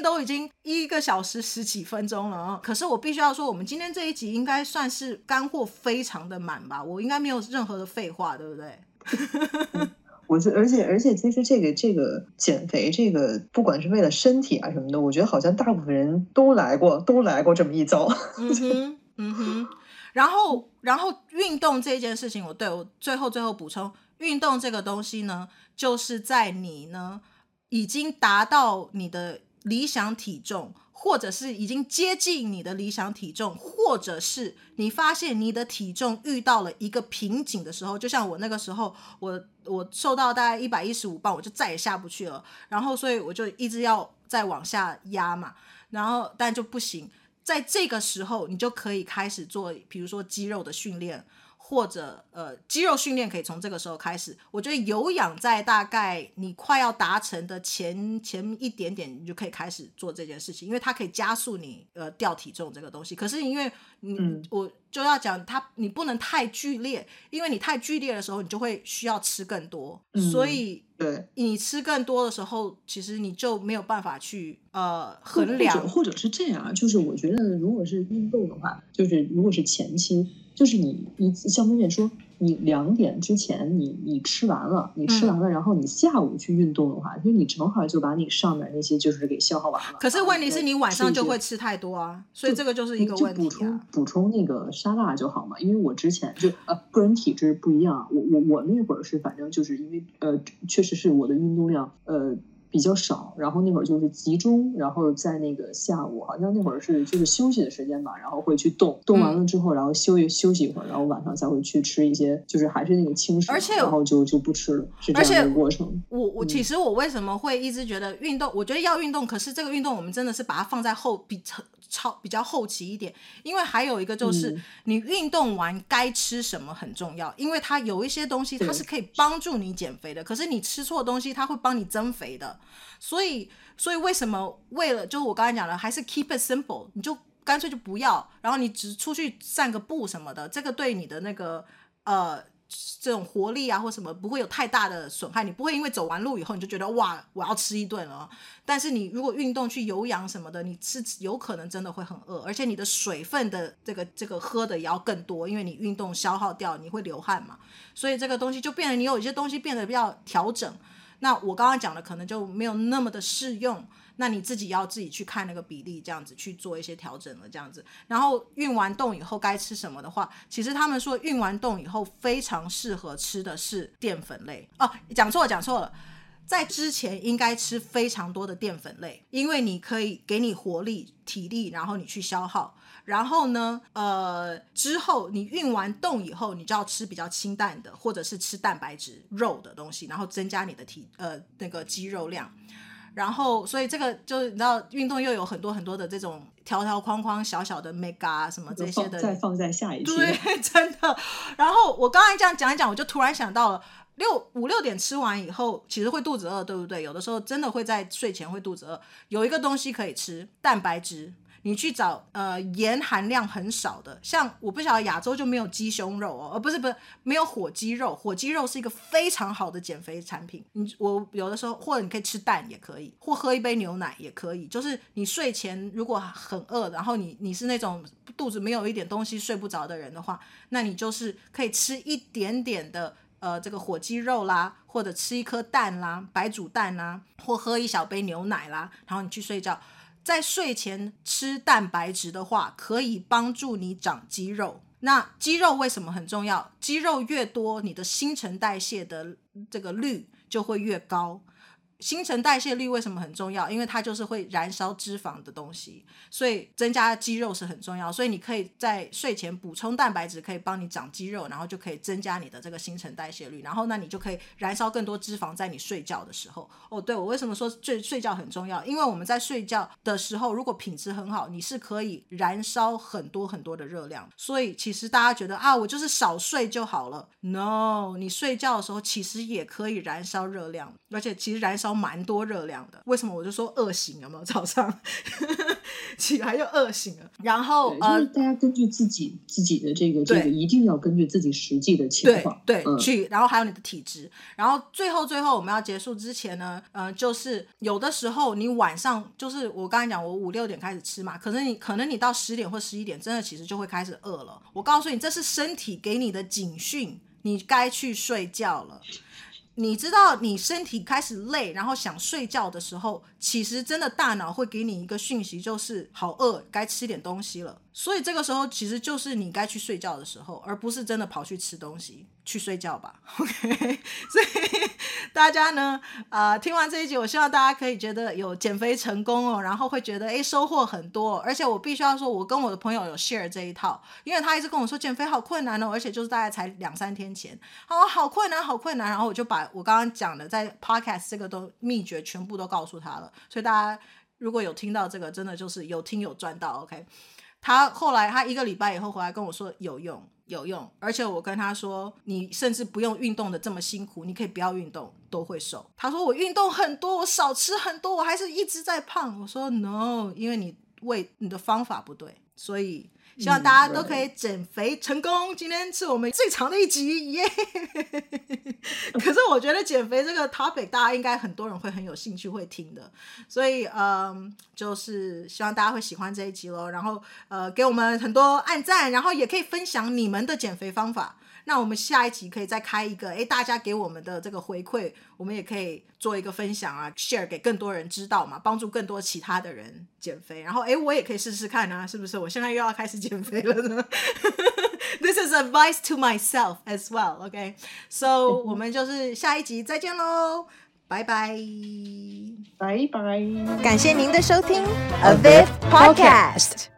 1个小时10几分钟了可是我必须要说我们今天这一集应该算是干货非常的满吧，我应该没有任何的废话对不对而且其实这个减肥这个不管是为了身体什么的，我觉得好像大部分人都来过这么一遭然后运动这件事情我最后补充，运动这个东西呢就是在你呢已经达到你的理想体重，或者是已经接近你的理想体重，或者是你发现你的体重遇到了一个瓶颈的时候，就像我那个时候我瘦到大概115磅我就再也下不去了，然后所以我就一直要再往下压嘛，然后但就不行，在这个时候你就可以开始做比如说肌肉的训练， 或者肌肉训练可以从这个时候开始。我觉得有氧在大概你快要达成的前一点点，你就可以开始做这件事情，因为它可以加速你掉体重这个东西。可是因为我就要讲你不能太剧烈，因为你太剧烈的时候你就会需要吃更多，所以对你吃更多的时候其实你就没有办法去衡量， 或者是这样，就是我觉得如果是运动的话，就是如果是前期，就是你像妹妹说，你2点之前你吃完了，然后你下午去运动的话，其实你正好就把你上面那些就是给消耗完了。 可是问题是你晚上就会吃太多啊，所以这个就是一个问题啊。 补充那个沙拉就好嘛，因为我之前就个人体质不一样，我那会儿是反正就是因为确实是我的运动量比较少，然后那会儿就是集中，然后在那个下午好像那会儿是就是休息的时间吧，然后会去动完了之后，然后休息一会儿，然后晚上才会去吃一些就是还是那个轻食， 而且然后就不吃了，是这样的过程。 我其实我为什么会一直觉得运动，我觉得要运动，可是这个运动我们真的是把它放在比较后期一点，因为还有一个就是你运动完该吃什么很重要，因为它有一些东西它是可以帮助你减肥的，可是你吃错东西它会帮你增肥的，所以为什么为了就是我刚才讲的还是 keep it simple， 你就干脆就不要，然后你只出去散个步什么的，这个对你的那个这种活力啊或什么不会有太大的损害，你不会因为走完路以后你就觉得哇我要吃一顿了，但是你如果运动去有氧什么的，你是有可能真的会很饿，而且你的水分的这个喝的也要更多，因为你运动消耗掉你会流汗嘛，所以这个东西就变得你有一些东西变得比较调整，那我刚刚讲的可能就没有那么的适用，那你自己要自己去看那个比例，这样子去做一些调整了这样子。然后运完动以后该吃什么的话，其实他们说运完动以后非常适合吃的是淀粉类讲错了，在之前应该吃非常多的淀粉类，因为你可以给你活力体力，然后你去消耗，然后呢之后你运完动以后你就要吃比较清淡的，或者是吃蛋白质肉的东西，然后增加你的那个肌肉量，然后所以这个就是你知道运动又有很多很多的这种条框框小小的 mega 什么这些的， 再放在下一期， 对，真的。然后我刚才这样讲一讲，我就突然想到了5、6点吃完以后其实会肚子饿，对不对？有的时候真的会在睡前会肚子饿，有一个东西可以吃，蛋白质，你去找盐含量很少的，像我不晓得亚洲就没有鸡胸肉不是没有火鸡肉，火鸡肉是一个非常好的减肥产品，我有的时候或者你可以吃蛋也可以，或喝一杯牛奶也可以，就是你睡前如果很饿，然后你是那种肚子没有一点东西睡不着的人的话，那你就是可以吃一点点的这个火鸡肉啦，或者吃一颗蛋啦，白煮蛋啦，或喝一小杯牛奶啦，然后你去睡觉。在睡前吃蛋白质的话，可以帮助你长肌肉。那肌肉为什么很重要？肌肉越多，你的新陈代谢的这个率就会越高。新陈代谢率为什么很重要？因为它就是会燃烧脂肪的东西，所以增加肌肉是很重要，所以你可以在睡前补充蛋白质，可以帮你长肌肉，然后就可以增加你的这个新陈代谢率，然后那你就可以燃烧更多脂肪在你睡觉的时候。对，我为什么说睡觉很重要？因为我们在睡觉的时候如果品质很好，你是可以燃烧很多很多的热量，所以其实大家觉得我就是少睡就好了， No， 你睡觉的时候其实也可以燃烧热量，而且其实燃烧蛮多热量的。为什么我就说饿醒，有没有？早上起来就饿醒了。然后就是大家根据自己的这个一定要根据自己实际的情况对去，然后还有你的体质。然后最后我们要结束之前呢就是有的时候你晚上就是我刚才讲我5、6点开始吃嘛，可能你到10点或11点真的其实就会开始饿了，我告诉你这是身体给你的警讯，你该去睡觉了。你知道你身体开始累然后想睡觉的时候，其实真的大脑会给你一个讯息，就是好饿，该吃点东西了。所以这个时候其实就是你该去睡觉的时候，而不是真的跑去吃东西。去睡觉吧 OK 所以大家呢听完这一集，我希望大家可以觉得有减肥成功然后会觉得收获很多。而且我必须要说，我跟我的朋友有 share 这一套，因为他一直跟我说减肥好困难而且就是大概才2、3天前好困难，然后我就把我刚刚讲的在 podcast 这个都秘诀全部都告诉他了，所以大家如果有听到这个，真的就是有听有赚到 OK。 他后来他1个礼拜以后回来跟我说有用，而且我跟他说你甚至不用运动的这么辛苦，你可以不要运动都会瘦。他说我运动很多，我少吃很多，我还是一直在胖。我说 no， 因为你的方法不对，所以希望大家都可以减肥成功。今天是我们最长的一集耶可是我觉得减肥这个 topic 大家应该很多人会很有兴趣会听的，所以就是希望大家会喜欢这一集咯，然后给我们很多按赞，然后也可以分享你们的减肥方法。那我们下一集可以再开一个大家给我们的这个回馈，我们也可以做一个分享啊 share 给更多人知道嘛，帮助更多其他的人减肥。然后我也可以试试看啊，是不是我现在又要开始减肥了呢This is advice to myself as well, okay? So 我们就是下一集再见咯，拜拜拜拜， 感谢您的收听 Aviv Podcast。